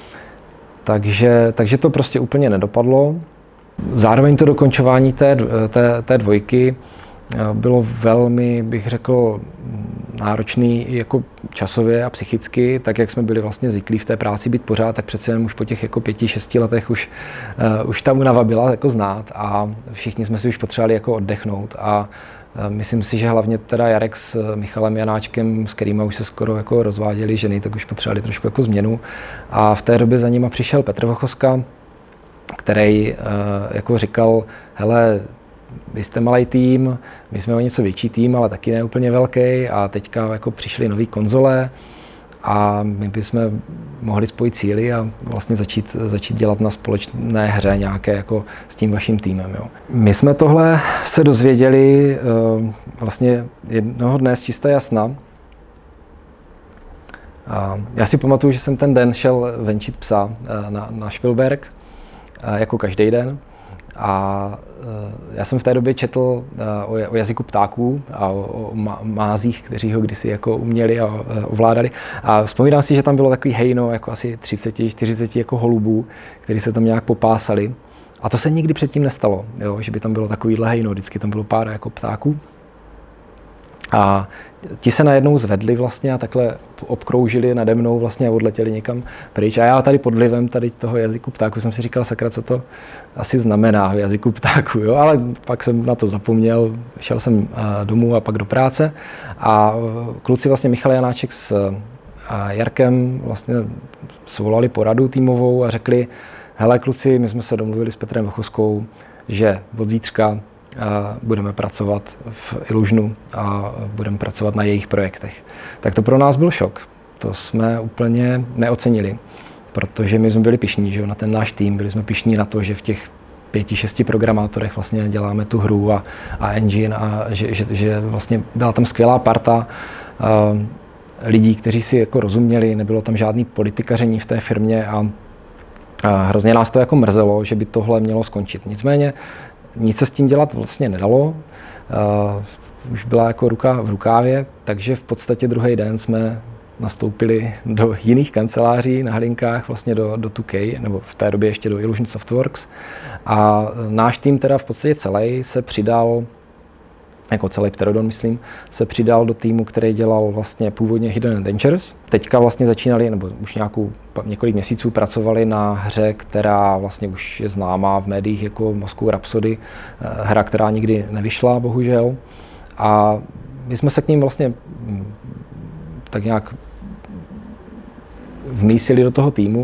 Takže, takže to prostě úplně nedopadlo. Zároveň to dokončování té, té, té dvojky bylo velmi, bych řekl, náročný jako časově a psychicky, tak jak jsme byli vlastně zvyklí v té práci být pořád, tak přece jen už po těch jako pěti, šesti letech už, uh, už ta únava byla jako znát a všichni jsme si už potřebovali jako oddechnout a uh, myslím si, že hlavně teda Jarek s Michalem Janáčkem, s kterýma už se skoro jako rozváděli ženy, tak už potřebovali trošku jako změnu a v té době za nima přišel Petr Vochoska, který uh, jako říkal, hele, vy jste malý tým, my jsme o něco větší tým, ale taky ne úplně velký a teďka jako přišly nový konzole a my bychom mohli spojit síly a vlastně začít, začít dělat na společné hře nějaké jako s tím vaším týmem. Jo. My jsme tohle se dozvěděli uh, vlastně jednoho dne z čista jasna. A já si pamatuju, že jsem ten den šel venčit psa uh, na, na Špilberk, uh, jako každý den. A já jsem v té době četl o jazyku ptáků a o mázích, kteří ho kdysi jako uměli a ovládali. A vzpomínám si, že tam bylo takový hejno jako asi třicet čtyřicet jako holubů, kteří se tam nějak popásali. A to se nikdy předtím nestalo, jo, že by tam bylo takovýhle hejno, vždycky tam bylo pár jako ptáků. A ti se najednou zvedli vlastně a takhle obkroužili nade mnou vlastně a odletěli někam pryč. A já tady pod vlivem tady toho jazyku ptáku jsem si říkal, sakra, co to asi znamená v jazyku ptáku, jo? Ale pak jsem na to zapomněl, šel jsem domů a pak do práce. A kluci vlastně Michal Janáček s Jarkem vlastně svolali poradu týmovou a řekli, hele kluci, my jsme se domluvili s Petrem Vochoskou, že od zítřka budeme pracovat v Illusionu a budeme pracovat na jejich projektech. Tak to pro nás byl šok. To jsme úplně neocenili, protože my jsme byli pyšní, že jo, na ten náš tým, byli jsme pyšní na to, že v těch pěti, šesti programátorech vlastně děláme tu hru a, a engine a že, že, že vlastně byla tam skvělá parta. lidí, kteří si jako rozuměli, nebylo tam žádný politikaření v té firmě a, a hrozně nás to jako mrzelo, že by tohle mělo skončit. Nicméně nic se s tím dělat vlastně nedalo. Uh, už byla jako ruka v rukávě, takže v podstatě druhý den jsme nastoupili do jiných kanceláří na Hlinkách, vlastně do, do two K, nebo v té době ještě do Illusion Softworks. A náš tým teda v podstatě celý se přidal, jako celý Pterodon, myslím, se přidal do týmu, který dělal vlastně původně Hidden Adventures. Teďka vlastně začínali, nebo už nějakou, několik měsíců pracovali na hře, která vlastně už je známá v médiích jako Moscow Rhapsody, hra, která nikdy nevyšla, bohužel. A my jsme se k ním vlastně tak nějak vmísili do toho týmu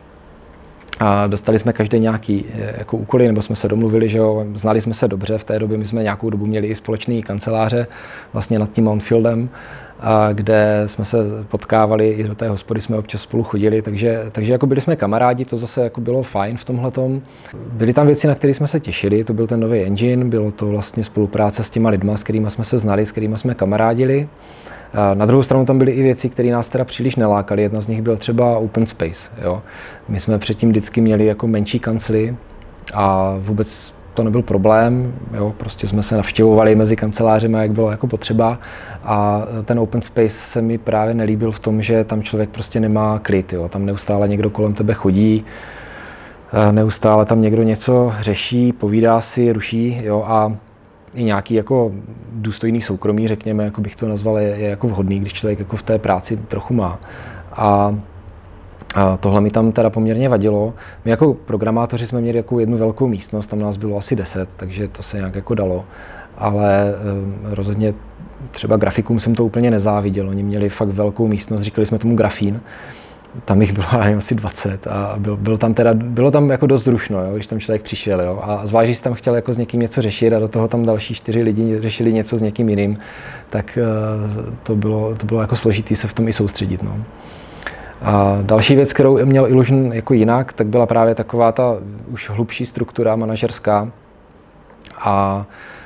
a dostali jsme každý nějaký jako úkoly, nebo jsme se domluvili, že jo, znali jsme se dobře, v té době my jsme nějakou dobu měli i společný kanceláře vlastně nad tím Mountfieldem, a kde jsme se potkávali, i do té hospody jsme občas spolu chodili, takže, takže jako byli jsme kamarádi, to zase jako bylo fajn v tomhletom. Byly tam věci, na které jsme se těšili, to byl ten nový engine, bylo to vlastně spolupráce s těma lidma, s kterými jsme se znali, s kterými jsme kamarádili. Na druhou stranu tam byly i věci, které nás teda příliš nelákaly. Jedna z nich byl třeba open space. Jo. My jsme předtím vždycky měli jako menší kancly a vůbec to nebyl problém. Jo. Prostě jsme se navštěvovali mezi kancelářemi, jak bylo jako potřeba. A ten open space se mi právě nelíbil v tom, že tam člověk prostě nemá klid. Jo. Tam neustále někdo kolem tebe chodí, neustále tam někdo něco řeší, povídá si, ruší. Jo. A i nějaký jako důstojný soukromí, řekněme, jako bych to nazval, je, je jako vhodný, když člověk jako v té práci trochu má. A, a tohle mi tam teda poměrně vadilo. My jako programátoři jsme měli jako jednu velkou místnost, tam nás bylo asi deset, takže to se nějak jako dalo. Ale e, rozhodně třeba grafikům jsem to úplně nezáviděl. Oni měli fakt velkou místnost, říkali jsme tomu grafín. Tam jich bylo asi dvacet a byl, byl tam teda, bylo tam jako dost rušno, jo, když tam člověk přišel. Jo, a zvlášť, když tam chtěl jako s někým něco řešit a do toho tam další čtyři lidi řešili něco s někým jiným, tak to bylo, to bylo jako složitý se v tom i soustředit. No. A další věc, kterou měl Illusion jako jinak, tak byla právě taková ta už hlubší struktura manažerská. A, a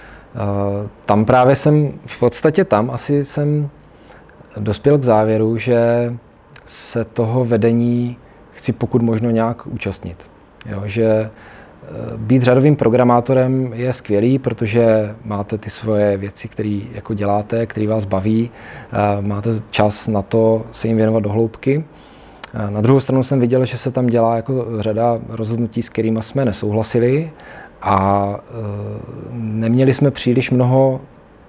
tam právě jsem, v podstatě tam asi jsem dospěl k závěru, že se toho vedení chci pokud možno nějak účastnit. Jo, že být řadovým programátorem je skvělý, protože máte ty svoje věci, které jako děláte, které vás baví, máte čas na to se jim věnovat do hloubky. Na druhou stranu jsem viděl, že se tam dělá jako řada rozhodnutí, s kterými jsme nesouhlasili a neměli jsme příliš mnoho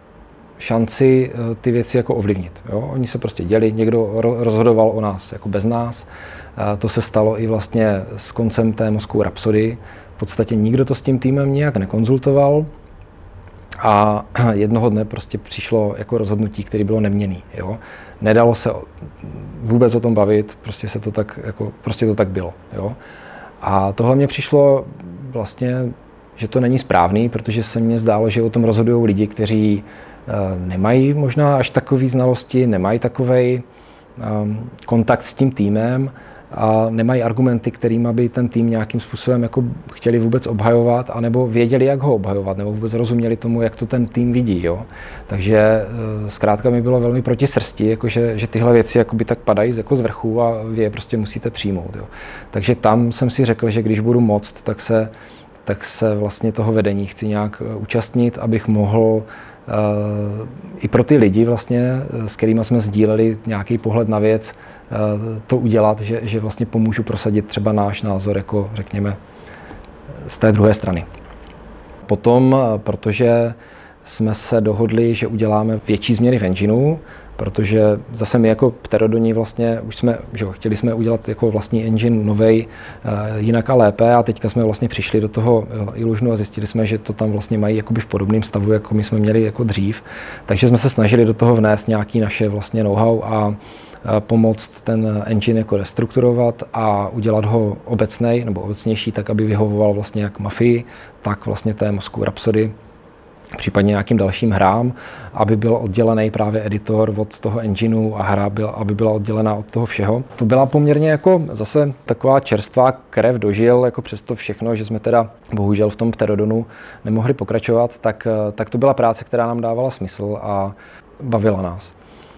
šanci ty věci jako ovlivnit. Jo? Oni se prostě děli, někdo rozhodoval o nás jako bez nás. To se stalo i vlastně s koncem té Moscow Rhapsody. V podstatě nikdo to s tím týmem nijak nekonzultoval a jednoho dne prostě přišlo jako rozhodnutí, které bylo neměnný. Jo? Nedalo se vůbec o tom bavit, prostě se to tak, jako, prostě to tak bylo. Jo? A tohle mě přišlo vlastně, že to není správný, protože se mně zdálo, že o tom rozhodují lidi, kteří nemají možná až takové znalosti, nemají takovej um, kontakt s tím týmem a nemají argumenty, kterými by ten tým nějakým způsobem jako chtěli vůbec obhajovat, anebo věděli, jak ho obhajovat, nebo vůbec rozuměli tomu, jak to ten tým vidí. Jo? Takže uh, zkrátka mi bylo velmi proti srsti, jako že, že tyhle věci jakoby tak padají jako z vrchu a vy je prostě musíte přijmout. Jo? Takže tam jsem si řekl, že když budu moct, tak se, tak se vlastně toho vedení chci nějak účastnit, abych mohl Uh, i pro ty lidi vlastně, s kterými jsme sdíleli nějaký pohled na věc, uh, to udělat, že, že vlastně pomůžu prosadit třeba náš názor, jako řekněme, z té druhé strany. Potom, protože jsme se dohodli, že uděláme větší změny v engineu, protože zase my jako Pterodoni vlastně už jsme, že jo, chtěli jsme udělat jako vlastní engine novej, jinak a lépe a teďka jsme vlastně přišli do toho Illusionu a zjistili jsme, že to tam vlastně mají jakoby v podobném stavu, jako my jsme měli jako dřív. Takže jsme se snažili do toho vnést nějaký naše vlastně know-how a pomoct ten engine jako restrukturovat a udělat ho obecnej nebo obecnější, tak aby vyhovoval vlastně jak Mafii, tak vlastně té Moscow Rhapsody, případně nějakým dalším hrám, aby byl oddělený právě editor od toho engineu a hra byla, aby byla oddělená od toho všeho. To byla poměrně jako zase taková čerstvá krev dožil, jako přesto všechno, že jsme teda bohužel v tom Pterodonu nemohli pokračovat, tak, tak to byla práce, která nám dávala smysl a bavila nás.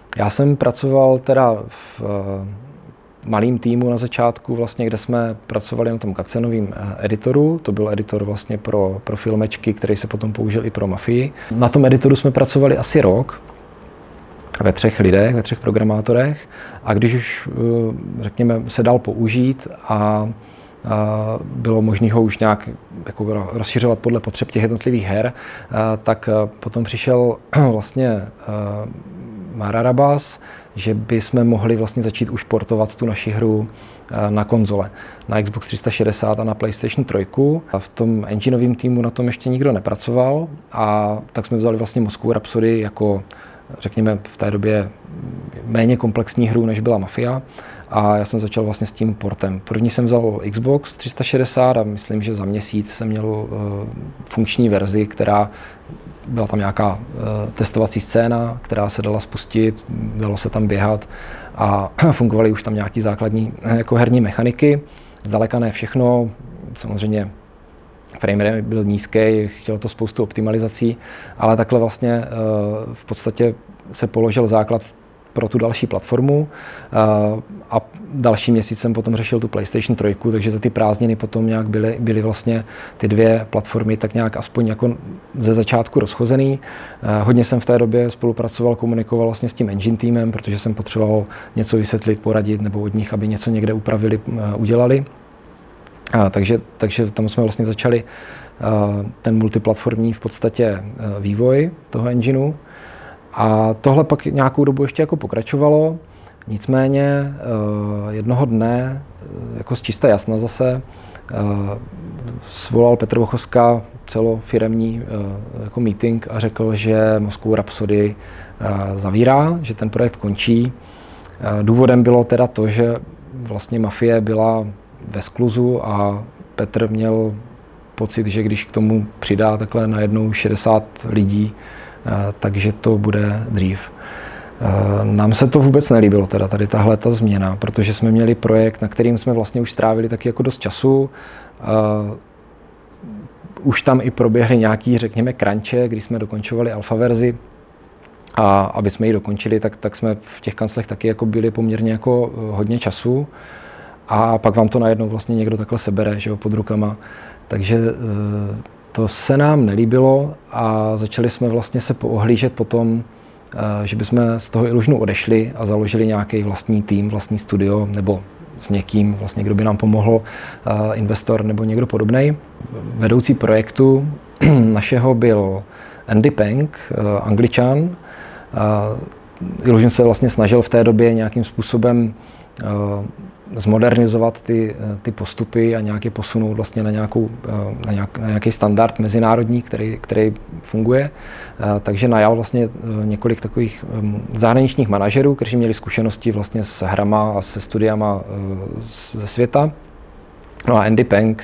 Já jsem pracoval teda v malým týmu na začátku, vlastně, kde jsme pracovali na tom cutscenovým editoru. To byl editor vlastně pro, pro filmečky, který se potom použil i pro Mafii. Na tom editoru jsme pracovali asi rok ve třech lidech, ve třech programátorech. A když už, řekněme, se dal použít a bylo možné ho už nějak jako rozšiřovat podle potřeb těch jednotlivých her, tak potom přišel vlastně Mara Rabas, že bychom mohli vlastně začít už portovat tu naši hru na konzole, na Xbox tři sta šedesát a na PlayStation tři. A v tom engineovém týmu na tom ještě nikdo nepracoval, a tak jsme vzali vlastně Moscow Rhapsody jako, řekněme, v té době méně komplexní hru, než byla Mafia. A já jsem začal vlastně s tím portem. První jsem vzal Xbox tři sta šedesát a myslím, že za měsíc jsem měl uh, funkční verzi, která byla tam nějaká uh, testovací scéna, která se dala spustit, dalo se tam běhat a fungovaly už tam nějaký základní jako herní mechaniky. Zdaleka ne všechno, samozřejmě framerate byl nízký, chtělo to spoustu optimalizací, ale takhle vlastně uh, v podstatě se položil základ pro tu další platformu, a další měsíc jsem potom řešil tu PlayStation tři, takže za ty prázdniny potom nějak byly, byly vlastně ty dvě platformy tak nějak aspoň jako ze začátku rozchozený. Hodně jsem v té době spolupracoval, komunikoval vlastně s tím engine týmem, protože jsem potřeboval něco vysvětlit, poradit nebo od nich, aby něco někde upravili, udělali. A takže, takže tam jsme vlastně začali ten multiplatformní v podstatě vývoj toho engineu. A tohle pak nějakou dobu ještě jako pokračovalo, nicméně jednoho dne, jako z čista jasna zase, svolal Petr Vochoska celofiremní jako meeting a řekl, že Moscow Rhapsody zavírá, že ten projekt končí. Důvodem bylo teda to, že vlastně Mafie byla ve skluzu a Petr měl pocit, že když k tomu přidá takhle najednou šedesát lidí, takže to bude dřív. Nám se to vůbec nelíbilo, teda tady tahle ta změna, protože jsme měli projekt, na kterým jsme vlastně už strávili taky jako dost času. Už tam i proběhly nějaký, řekněme, crunche, když jsme dokončovali alfa verzi. A aby jsme ji dokončili, tak, tak jsme v těch kanclech taky jako byli poměrně jako hodně času. A pak vám to najednou vlastně někdo takhle sebere, že jo, pod rukama. Takže to se nám nelíbilo a začali jsme vlastně se poohlížet potom, že bychom z toho Illusionu odešli a založili nějaký vlastní tým, vlastní studio, nebo s někým, vlastně, kdo by nám pomohl, investor nebo někdo podobnej. Vedoucí projektu našeho byl Andy Peng, Angličan. Illusion se vlastně snažil v té době nějakým způsobem zmodernizovat ty, ty postupy a nějaké posunout vlastně na, nějakou, na, nějak, na nějaký standard mezinárodní, který, který funguje. Takže najal vlastně několik takových zahraničních manažerů, kteří měli zkušenosti vlastně s hrama a se studiama ze světa. No a Andy Peng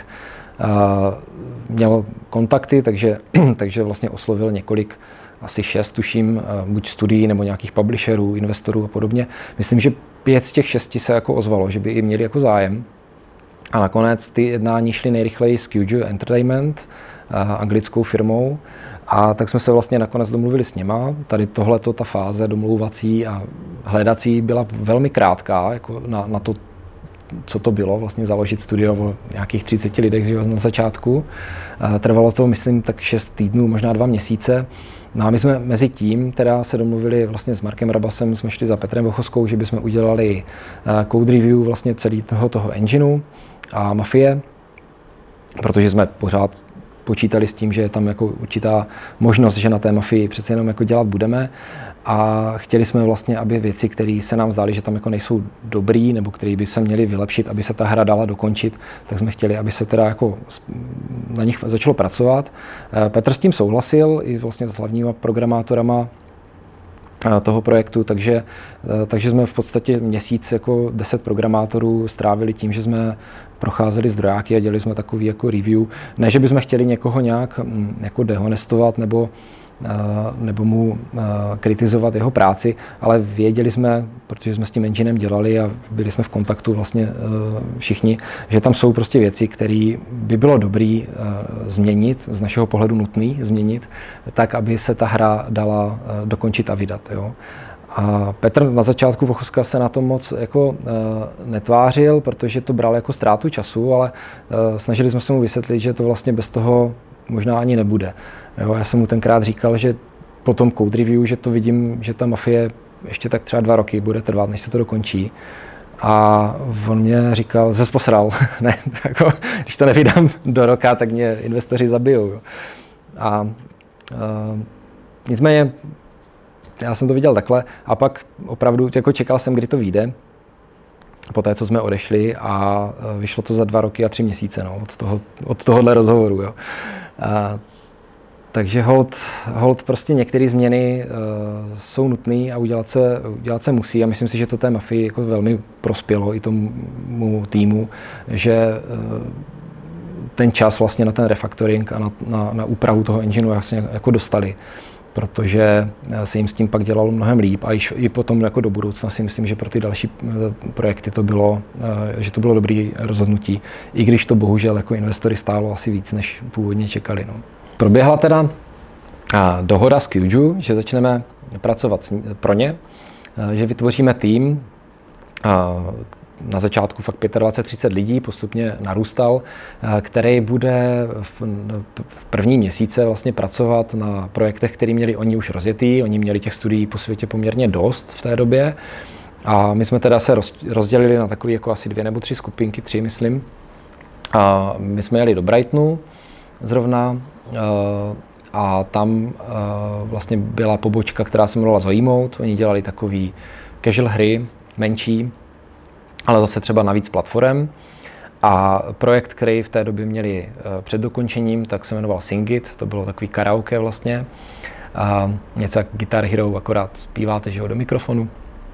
měl kontakty, takže, takže vlastně oslovil několik, asi šest, tuším, buď studií nebo nějakých publisherů, investorů a podobně. Myslím, že pět z těch šesti se jako ozvalo, že by i měli jako zájem. A nakonec ty jednání šly nejrychleji s Q J Entertainment, anglickou firmou. A tak jsme se vlastně nakonec domluvili s něma. Tady tohleto, ta fáze domlouvací a hledací byla velmi krátká, jako na, na to, co to bylo, vlastně založit studio o nějakých třiceti lidech na začátku. Trvalo to, myslím, tak šest týdnů, možná dva měsíce. No a my jsme mezi tím teda se domluvili vlastně s Markem Rabasem, jsme šli za Petrem Vochoskou, že bychom udělali code review vlastně celý toho, toho engineu a Mafie, protože jsme pořád počítali s tím, že je tam jako určitá možnost, že na té Mafii přece jenom jako dělat budeme. A chtěli jsme vlastně, aby věci, které se nám zdály, že tam jako nejsou dobrý, nebo které by se měly vylepšit, aby se ta hra dala dokončit, tak jsme chtěli, aby se teda jako na nich začalo pracovat. Petr s tím souhlasil i vlastně s hlavníma programátorama toho projektu, takže, takže jsme v podstatě měsíc jako deset programátorů strávili tím, že jsme procházeli zdrojáky a dělali jsme takový jako review. Ne, že bychom chtěli někoho nějak jako dehonestovat nebo nebo mu kritizovat jeho práci, ale věděli jsme, protože jsme s tím enginem dělali a byli jsme v kontaktu vlastně všichni, že tam jsou prostě věci, které by bylo dobrý změnit, z našeho pohledu nutný změnit, tak, aby se ta hra dala dokončit a vydat. Jo. A Petr na začátku Vochoska se na tom moc jako uh, netvářil, protože to bral jako ztrátu času, ale uh, snažili jsme se mu vysvětlit, že to vlastně bez toho možná ani nebude. Jo, já jsem mu tenkrát říkal, že po tom code review, že to vidím, že ta Mafie ještě tak třeba dva roky bude trvat, než se to dokončí. A on mě říkal, zase posral, ne, jako, když to nevydám do roka, tak mě investoři zabijou. Jo. A uh, nicméně já jsem to viděl takhle a pak opravdu jako čekal jsem, kdy to vyjde, po té, co jsme odešli a vyšlo to za dva roky a tři měsíce no, od, toho, od tohohle rozhovoru. Jo. A, takže hold, hold prostě některé změny uh, jsou nutné a udělat se, udělat se musí a myslím si, že to té Mafii jako velmi prospělo i tomu týmu, že uh, ten čas vlastně na ten refactoring a na, na, na úpravu toho engineu vlastně jako dostali, protože se jim s tím pak dělalo mnohem líp a již, i potom jako do budoucna si myslím, že pro ty další projekty to bylo, že to bylo dobré rozhodnutí, i když to bohužel jako investory stálo asi víc, než původně čekali. No. Proběhla teda dohoda s Kyuju, že začneme pracovat pro ně, že vytvoříme tým, na začátku fakt dvacet pět třicet lidí, postupně narůstal, který bude v první měsíce vlastně pracovat na projektech, které měli oni už rozjetý. Oni měli těch studií po světě poměrně dost v té době. A my jsme teda se rozdělili na takové jako asi dvě nebo tři skupinky, tři myslím. A my jsme jeli do Brightonu zrovna a tam vlastně byla pobočka, která se jmenovala Zoimote. Oni dělali takový casual hry, menší, ale zase třeba navíc platform. A projekt, který v té době měli před dokončením, tak se jmenoval Singit, to bylo takový karaoke vlastně. A něco jak Guitar Hero, akorát zpíváte, že jo, do mikrofonu.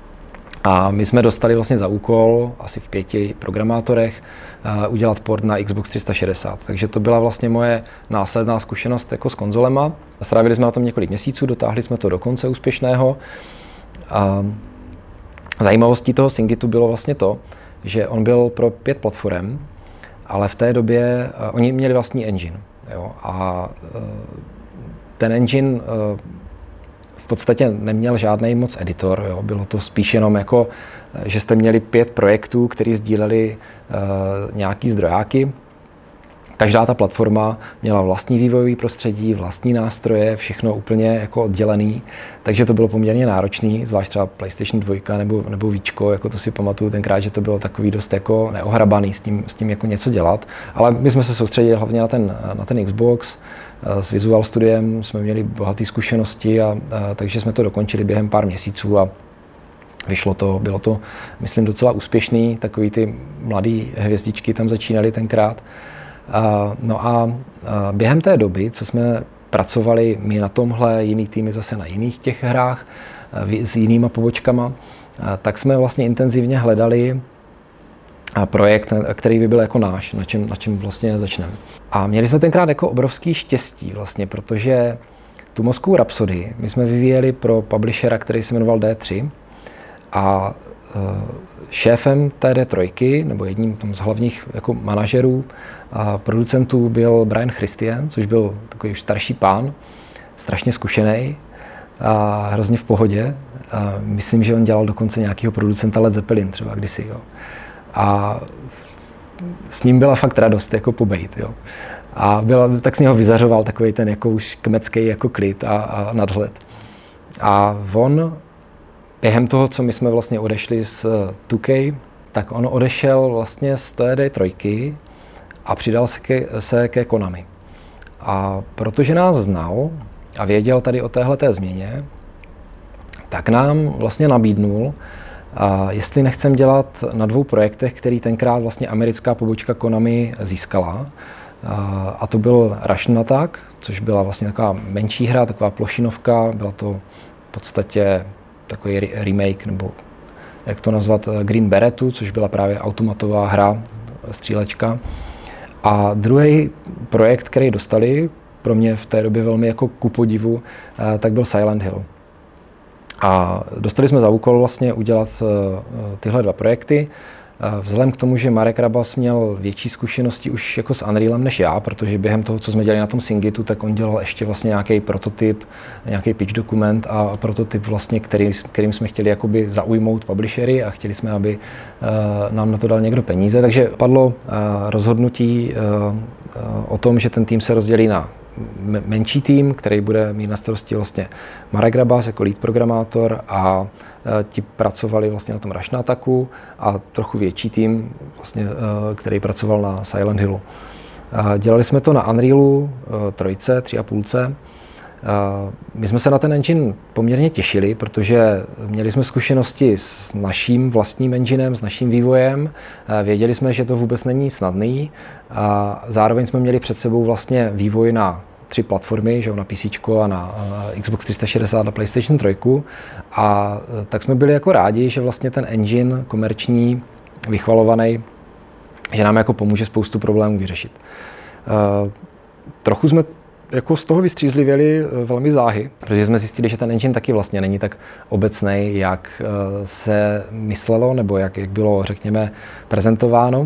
A my jsme dostali vlastně za úkol, asi v pěti programátorech, udělat port na Xbox tři sta šedesát. Takže to byla vlastně moje následná zkušenost jako s konzolema. Strávili jsme na tom několik měsíců, dotáhli jsme to do konce úspěšného. A zajímavostí toho Singitu bylo vlastně to, že on byl pro pět platform, ale v té době uh, oni měli vlastní engine. Jo, a uh, ten engine uh, v podstatě neměl žádný moc editor. Jo, bylo to spíš jenom jako, že jste měli pět projektů, které sdíleli uh, nějaký zdrojáky. Každá ta platforma měla vlastní vývojové prostředí, vlastní nástroje, všechno úplně jako oddělený, takže to bylo poměrně náročný, zvlášť třeba PlayStation dva nebo, nebo Víčko, jako to si pamatuju tenkrát, že to bylo takový dost jako neohrabaný s tím, s tím jako něco dělat, ale my jsme se soustředili hlavně na ten, na ten Xbox, s Visual Studiem jsme měli bohaté zkušenosti, a, a, takže jsme to dokončili během pár měsíců a vyšlo to, bylo to, myslím, docela úspěšný, takový ty mladý hvězdičky tam začínaly tenkrát. Uh, no a uh, během té doby, co jsme pracovali my na tomhle, jiný týmy zase na jiných těch hrách uh, s jinýma pobočkama, uh, tak jsme vlastně intenzivně hledali uh, projekt, který by byl jako náš, na čem, na čem vlastně začneme. A měli jsme tenkrát jako obrovský štěstí vlastně, protože tu Moscow Rhapsody my jsme vyvíjeli pro publishera, který se jmenoval D tři a uh, šéfem té D tři, nebo jedním z hlavních jako manažerů a producentů byl Brian Christian, což byl takový už starší pán, strašně zkušený a hrozně v pohodě. A myslím, že on dělal dokonce nějakého producenta Led Zeppelin třeba kdysi. Jo. A s ním byla fakt radost jako pobejt. Jo. A byla, tak z něho vyzařoval takový ten jako už kmecký jako klid a, a nadhled. A on během toho, co my jsme vlastně odešli z dva K, tak on odešel vlastně z té D tři a přidal se ke, se ke Konami. A protože nás znal a věděl tady o téhleté změně, tak nám vlastně nabídnul, a jestli nechcem dělat na dvou projektech, který tenkrát vlastně americká pobočka Konami získala. A, a to byl Russian Attack, což byla vlastně taková menší hra, taková plošinovka, byla to v podstatě takový remake, nebo jak to nazvat, Green Beretu, což byla právě automatová hra, střílečka. A druhý projekt, který dostali, pro mě v té době velmi jako ku podivu, tak byl Silent Hill. A dostali jsme za úkol vlastně udělat tyhle dva projekty. Vzhledem k tomu, že Marek Rabas měl větší zkušenosti už jako s Unrealem než já, protože během toho, co jsme dělali na tom Singitu, tak on dělal ještě vlastně nějaký prototyp, nějaký pitch dokument a prototyp vlastně, který, kterým jsme chtěli jakoby zaujmout publishery a chtěli jsme, aby uh, nám na to dal někdo peníze. Takže padlo uh, rozhodnutí uh, uh, o tom, že ten tým se rozdělí na menší tým, který bude mít na starosti vlastně Marek Rabas jako lead programátor a ti pracovali vlastně na tom Rush Attacku a trochu větší tým, vlastně, který pracoval na Silent Hillu. Dělali jsme to na Unrealu trojce, tři a půlce. My jsme se na ten engine poměrně těšili, protože měli jsme zkušenosti s naším vlastním enginem, s naším vývojem. Věděli jsme, že to vůbec není snadný a zároveň jsme měli před sebou vlastně vývoj na tři platformy, že na P C a na Xbox tři sta šedesát a PlayStation tři. A tak jsme byli jako rádi, že vlastně ten engine komerční, vychvalovaný, že nám jako pomůže spoustu problémů vyřešit. Trochu jsme jako z toho vystřízlivěli velmi záhy, protože jsme zjistili, že ten engine taky vlastně není tak obecný, jak se myslelo, nebo jak, jak bylo, řekněme, prezentováno.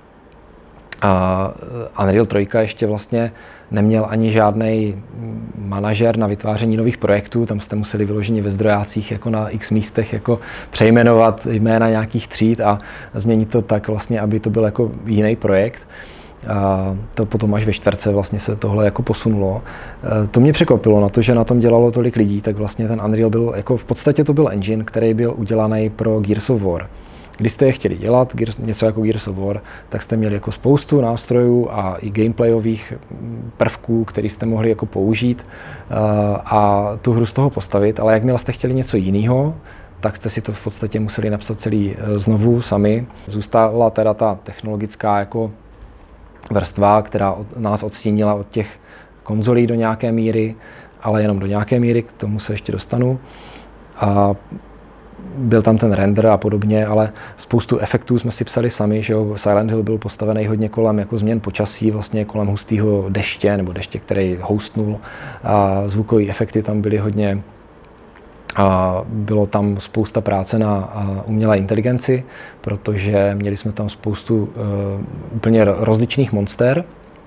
A Unreal tři ještě vlastně neměl ani žádný manažer na vytváření nových projektů, tam jste museli vyloženě ve zdrojácích jako na x místech jako přejmenovat jména nějakých tříd a změnit to tak vlastně, aby to byl jako jiný projekt. A to potom až ve čtvrce vlastně se tohle jako posunulo. To mě překvapilo na to, že na tom dělalo tolik lidí, tak vlastně ten Unreal byl, jako v podstatě to byl engine, který byl udělaný pro Gears of War. Když jste je chtěli dělat, něco jako Gears of War, tak jste měli jako spoustu nástrojů a i gameplayových prvků, které jste mohli jako použít a tu hru z toho postavit, ale jakmile jste chtěli něco jiného, tak jste si to v podstatě museli napsat celý znovu sami. Zůstala teda ta technologická jako vrstva, která od, nás odstínila od těch konzolí do nějaké míry, ale jenom do nějaké míry, k tomu se ještě dostanu. A byl tam ten render a podobně, ale spoustu efektů jsme si psali sami, že jo, Silent Hill byl postavený hodně kolem jako změn počasí, vlastně kolem hustého deště, nebo deště, který hostnul, a zvukové efekty tam byly hodně. A bylo tam spousta práce na umělé inteligenci, protože měli jsme tam spoustu uh, úplně rozličných monster.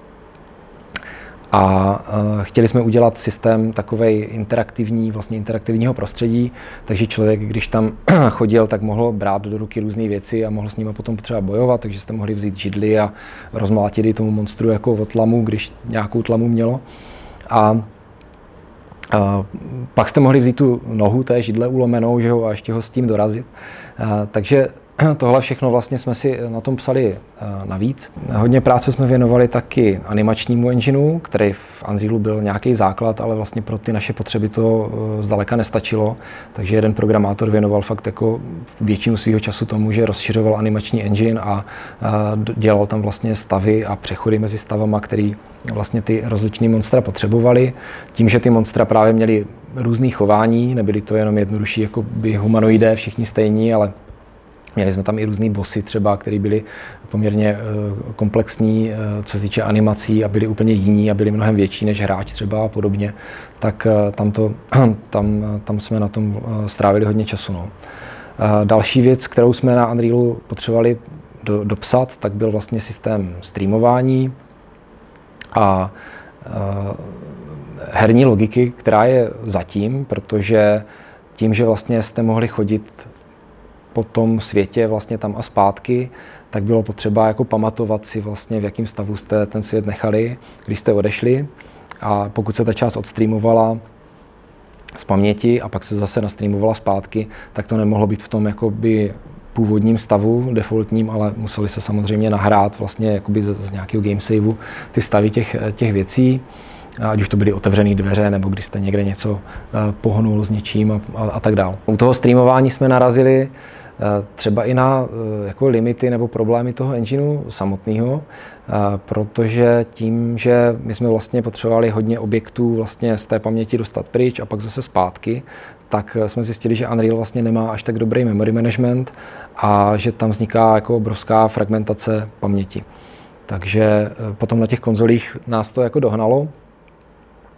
A uh, chtěli jsme udělat systém takovej interaktivní, vlastně interaktivního prostředí, takže člověk, když tam chodil, tak mohl brát do ruky různé věci a mohl s nimi potom potřeba bojovat, takže jste mohli vzít židli a rozmlátit i tomu monstru jako od tlamu, když nějakou tlamu mělo. A Uh, pak jste mohli vzít tu nohu té židle ulomenou, že jo, a ještě ho s tím dorazit. Uh, takže tohle všechno vlastně jsme si na tom psali uh, navíc. Hodně práce jsme věnovali taky animačnímu engineu, který v Unrealu byl nějaký základ, ale vlastně pro ty naše potřeby to uh, zdaleka nestačilo. Takže jeden programátor věnoval fakt jako většinu svého času tomu, že rozšiřoval animační engine a uh, dělal tam vlastně stavy a přechody mezi stavama, který vlastně ty rozličný monstra potřebovali. Tím, že ty monstra právě měly různý chování, nebyly to jenom jednodušší jako by humanoidé, všichni stejní, ale měli jsme tam i různý bossy třeba, které byly poměrně komplexní, co se týče animací a byly úplně jiní a byly mnohem větší než hráč třeba a podobně, tak tam, to, tam, tam jsme na tom strávili hodně času. No. Další věc, kterou jsme na Unrealu potřebovali do, dopsat, tak byl vlastně systém streamování a uh, herní logiky, která je zatím, protože tím, že vlastně jste mohli chodit po tom světě vlastně tam a zpátky, tak bylo potřeba jako pamatovat si vlastně, v jakém stavu jste ten svět nechali, když jste odešli. A pokud se ta část odstreamovala z paměti a pak se zase nastreamovala zpátky, tak to nemohlo být v tom jakoby původním stavu, defaultním, ale museli se samozřejmě nahrát vlastně jakoby z, z nějakého gamesaveu ty stavy těch, těch věcí, ať už to byly otevřené dveře, nebo když jste někde něco uh, pohnul s něčím a, a, a tak dál. U toho streamování jsme narazili uh, třeba i na uh, jako limity nebo problémy toho engineu samotného, uh, protože tím, že my jsme vlastně potřebovali hodně objektů vlastně z té paměti dostat pryč a pak zase zpátky, tak jsme zjistili, že Unreal vlastně nemá až tak dobrý memory management a že tam vzniká jako obrovská fragmentace paměti. Takže potom na těch konzolích nás to jako dohnalo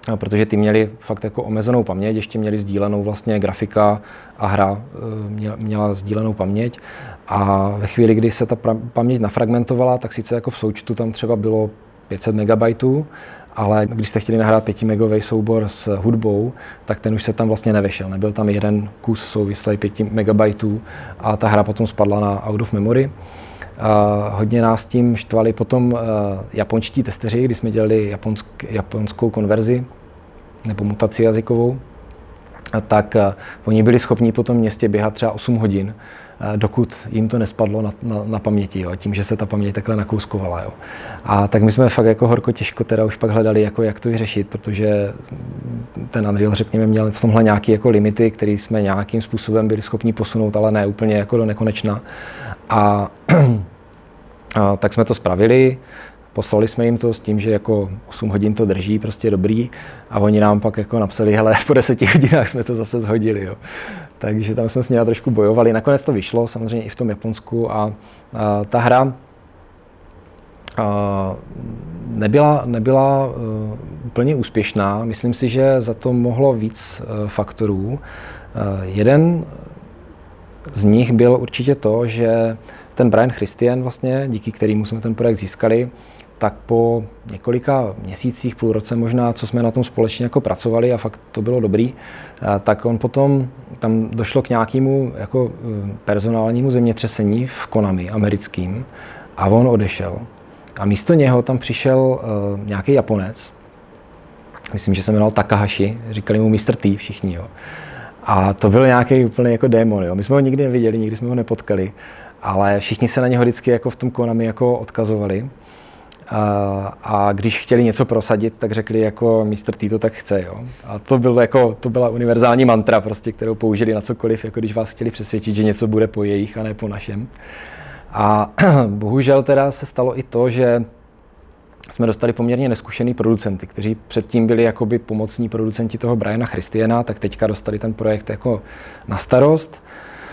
protože ty měli fakt jako omezenou paměť, ještě měli sdílenou vlastně grafika a hra měla sdílenou paměť. A ve chvíli, kdy se ta paměť nafragmentovala, tak sice jako v součtu tam třeba bylo pět set megabajtů, ale když jste chtěli nahrát pětimegový soubor s hudbou, tak ten už se tam vlastně nevešel. Nebyl tam jeden kus souvislý pěti megabajtů a ta hra potom spadla na out of memory. Uh, hodně nás tím štvali potom uh, japonští testeři, když jsme dělali japonsk, japonskou konverzi nebo mutaci jazykovou, a tak uh, oni byli schopni po tom městě běhat třeba osm hodin, uh, dokud jim to nespadlo na, na, na paměti, jo, tím, že se ta paměť takhle nakouskovala. Jo. A tak my jsme fakt jako horko těžko teda už pak hledali, jako jak to vyřešit, protože ten Unreal, řekněme, měl v tomhle nějaké jako limity, které jsme nějakým způsobem byli schopni posunout, ale ne úplně jako do nekonečna. A A, tak jsme to spravili, poslali jsme jim to s tím, že jako osm hodin to drží, prostě dobrý, a oni nám pak jako napsali, hele, po deseti hodinách jsme to zase zhodili, jo. Takže tam jsme s nimi trošku bojovali, nakonec to vyšlo, samozřejmě i v tom Japonsku, a, a ta hra a, nebyla, nebyla uh, úplně úspěšná, myslím si, že za to mohlo víc uh, faktorů. Uh, jeden z nich byl určitě to, že ten Brian Christian vlastně, díky kterému jsme ten projekt získali, tak po několika měsících, půl roce možná, co jsme na tom společně jako pracovali a fakt to bylo dobrý, tak on potom, tam došlo k nějakému jako personálnímu zemětřesení v Konami americkým a on odešel. A místo něho tam přišel uh, nějaký Japonec, myslím, že se jmenoval Takahashi, říkali mu mister T všichni, jo. A to byl nějaký úplně jako démon, jo. My jsme ho nikdy neviděli, nikdy jsme ho nepotkali, ale všichni se na něho vždycky jako v tom Konami jako odkazovali. A, a když chtěli něco prosadit, tak řekli jako mister T to tak chce, jo. A to, byl jako, to byla univerzální mantra, prostě, kterou použili na cokoliv, jako když vás chtěli přesvědčit, že něco bude po jejich a ne po našem. A bohužel teda se stalo i to, že jsme dostali poměrně neskušený producenty, kteří předtím byli jakoby pomocní producenti toho Briana Christiana, tak teďka dostali ten projekt jako na starost.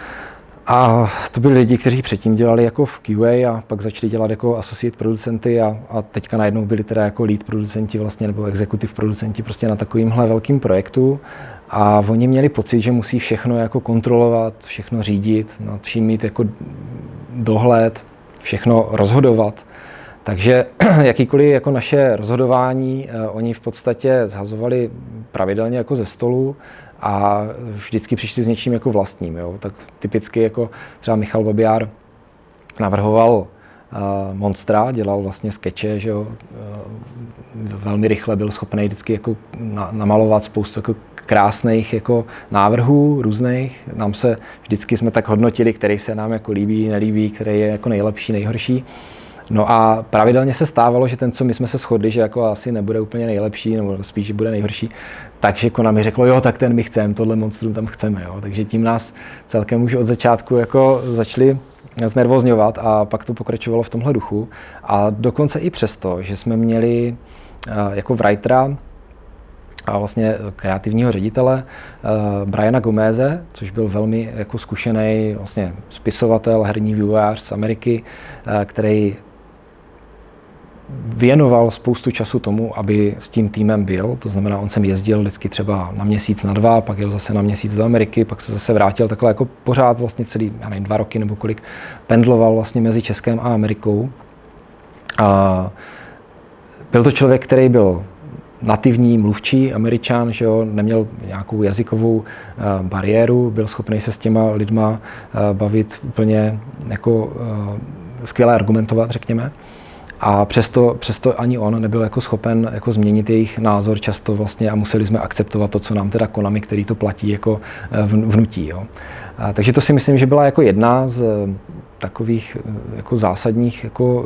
A to byli lidi, kteří předtím dělali jako v Q A a pak začali dělat jako associate producenty a, a teďka najednou byli teda jako lead producenti vlastně, nebo executive producenti prostě na takovýmhle velkým projektu. A oni měli pocit, že musí všechno jako kontrolovat, všechno řídit, nad vším mít jako dohled, všechno rozhodovat. Takže jakýkoliv jako naše rozhodování eh, oni v podstatě zhazovali pravidelně jako ze stolu a vždycky přišli s něčím jako vlastním. Jo. Tak typicky jako třeba Michal Babiár navrhoval uh, Monstra, dělal vlastně skeče, že jo. Uh, velmi rychle byl schopný vždycky jako na, namalovat spoustu jako krásných jako návrhů různých. Nám se vždycky jsme tak hodnotili, který se nám jako líbí, nelíbí, který je jako nejlepší, nejhorší. No a pravidelně se stávalo, že ten, co my jsme se shodli, že jako asi nebude úplně nejlepší, nebo spíš, že bude nejhorší, takže Konami řeklo, jo, tak ten my chceme, tohle monstrum tam chceme, jo. Takže tím nás celkem už od začátku jako začali znervózňovat a pak to pokračovalo v tomhle duchu. A dokonce i přesto, že jsme měli jako writera a vlastně kreativního ředitele Briana Gomeze, což byl velmi jako zkušený vlastně spisovatel, herní vývojář z Ameriky, který věnoval spoustu času tomu, aby s tím týmem byl. To znamená, on sem jezdil vždycky třeba na měsíc, na dva, pak jel zase na měsíc do Ameriky, pak se zase vrátil takhle jako pořád vlastně celý, já nevím, dva roky nebo kolik, pendloval vlastně mezi Českem a Amerikou. A byl to člověk, který byl nativní, mluvčí Američan, že jo, neměl nějakou jazykovou uh, bariéru, byl schopný se s těma lidma uh, bavit úplně jako uh, skvěle argumentovat, řekněme. A přesto, přesto ani on nebyl jako schopen jako změnit jejich názor často vlastně a museli jsme akceptovat to, co nám teda Konami, který to platí, jako vnutí. Jo. A, takže to si myslím, že byla jako jedna z takových jako zásadních jako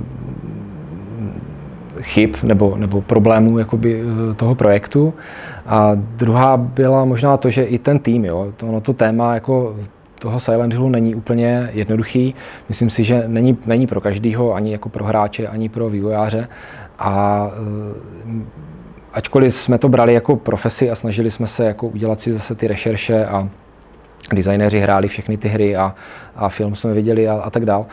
chyb nebo, nebo problémů jakoby toho projektu. A druhá byla možná to, že i ten tým, jo, to, no, to téma jako toho Silent Hillu není úplně jednoduchý. Myslím si, že není, není pro každýho, ani jako pro hráče, ani pro vývojáře. A ačkoliv jsme to brali jako profesi a snažili jsme se jako udělat si zase ty rešerše a designéři hráli všechny ty hry a, a film jsme viděli a, a tak dál,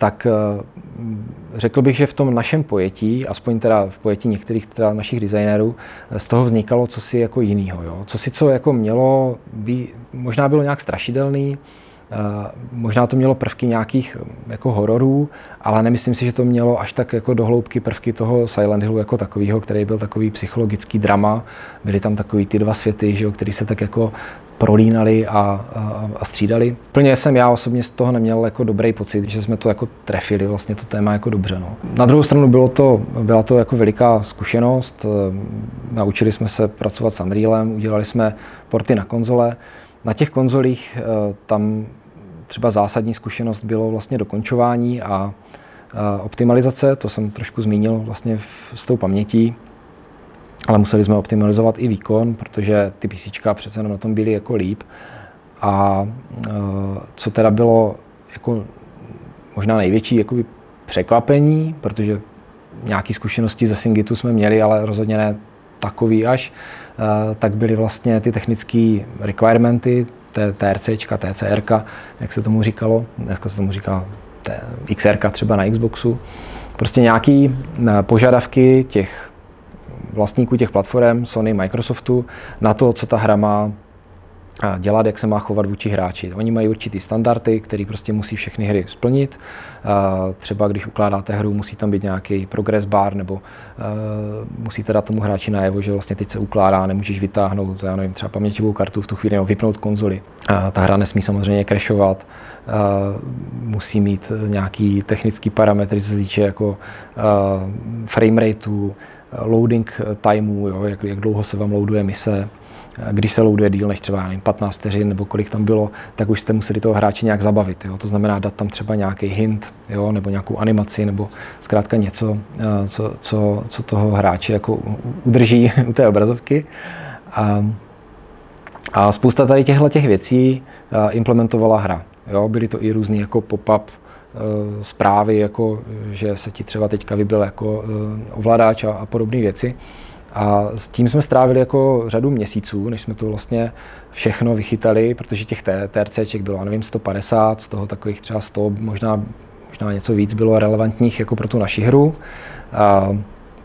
tak řekl bych, že v tom našem pojetí, aspoň teda v pojetí některých teda našich designérů, z toho vznikalo cosi jako jinýho. Jo? Cosi, co jako mělo, by, možná bylo nějak strašidelný, možná to mělo prvky nějakých jako hororů, ale nemyslím si, že to mělo až tak jako dohloubky prvky toho Silent Hillu jako takového, který byl takový psychologický drama. Byly tam takový ty dva světy, že jo, který se tak jako prolínali a, a, a střídali. Plně jsem já osobně z toho neměl jako dobrý pocit, že jsme to jako trefili vlastně to téma jako dobře. No. Na druhou stranu bylo to, byla to jako veliká zkušenost. Naučili jsme se pracovat s Unrealem, udělali jsme porty na konzole. Na těch konzolích tam třeba zásadní zkušenost bylo vlastně dokončování a, a optimalizace, to jsem trošku zmínil vlastně v, s tou pamětí, ale museli jsme optimalizovat i výkon, protože ty PCčka přece jenom na tom byly jako líp. A, a co teda bylo jako možná největší jakoby překvapení, protože nějaké zkušenosti ze Syngitu jsme měli, ale rozhodně ne takový až, tak byly vlastně ty technické requirementy, TRCčka, TCRka, jak se tomu říkalo, dneska se tomu říká XRka třeba na Xboxu. Prostě nějaký požadavky těch vlastníků těch platform, Sony, Microsoftu, na to, co ta hra má dělat, jak se má chovat vůči hráči. Oni mají určitý standardy, který prostě musí všechny hry splnit. Třeba když ukládáte hru, musí tam být nějaký progress bar, nebo musíte dát tomu hráči najevo, že vlastně teď se ukládá, nemůžeš vytáhnout, já nevím, třeba paměťovou kartu v tu chvíli, nebo vypnout konzoli. Ta hra nesmí samozřejmě crashovat, musí mít nějaký technický parametry, co se týče jako frame rateu, loading timeu, jo, jak, jak dlouho se vám loaduje mise. Když se loaduje díl než třeba nevím, patnáct vteřin nebo kolik tam bylo, tak už jste museli toho hráče nějak zabavit. Jo? To znamená dát tam třeba nějaký hint, jo? Nebo nějakou animaci, nebo zkrátka něco, co, co, co toho hráče jako udrží u té obrazovky. A, a spousta tady těchto těch věcí implementovala hra. Jo? Byly to i různý jako pop-up zprávy, jako, že se ti třeba teďka vybil jako ovladač a, a podobné věci. A s tím jsme strávili jako řadu měsíců, než jsme to vlastně všechno vychytali, protože těch TRCček bylo, nevím, sto padesát, z toho takových třeba sto, možná, možná něco víc bylo relevantních jako pro tu naši hru. A,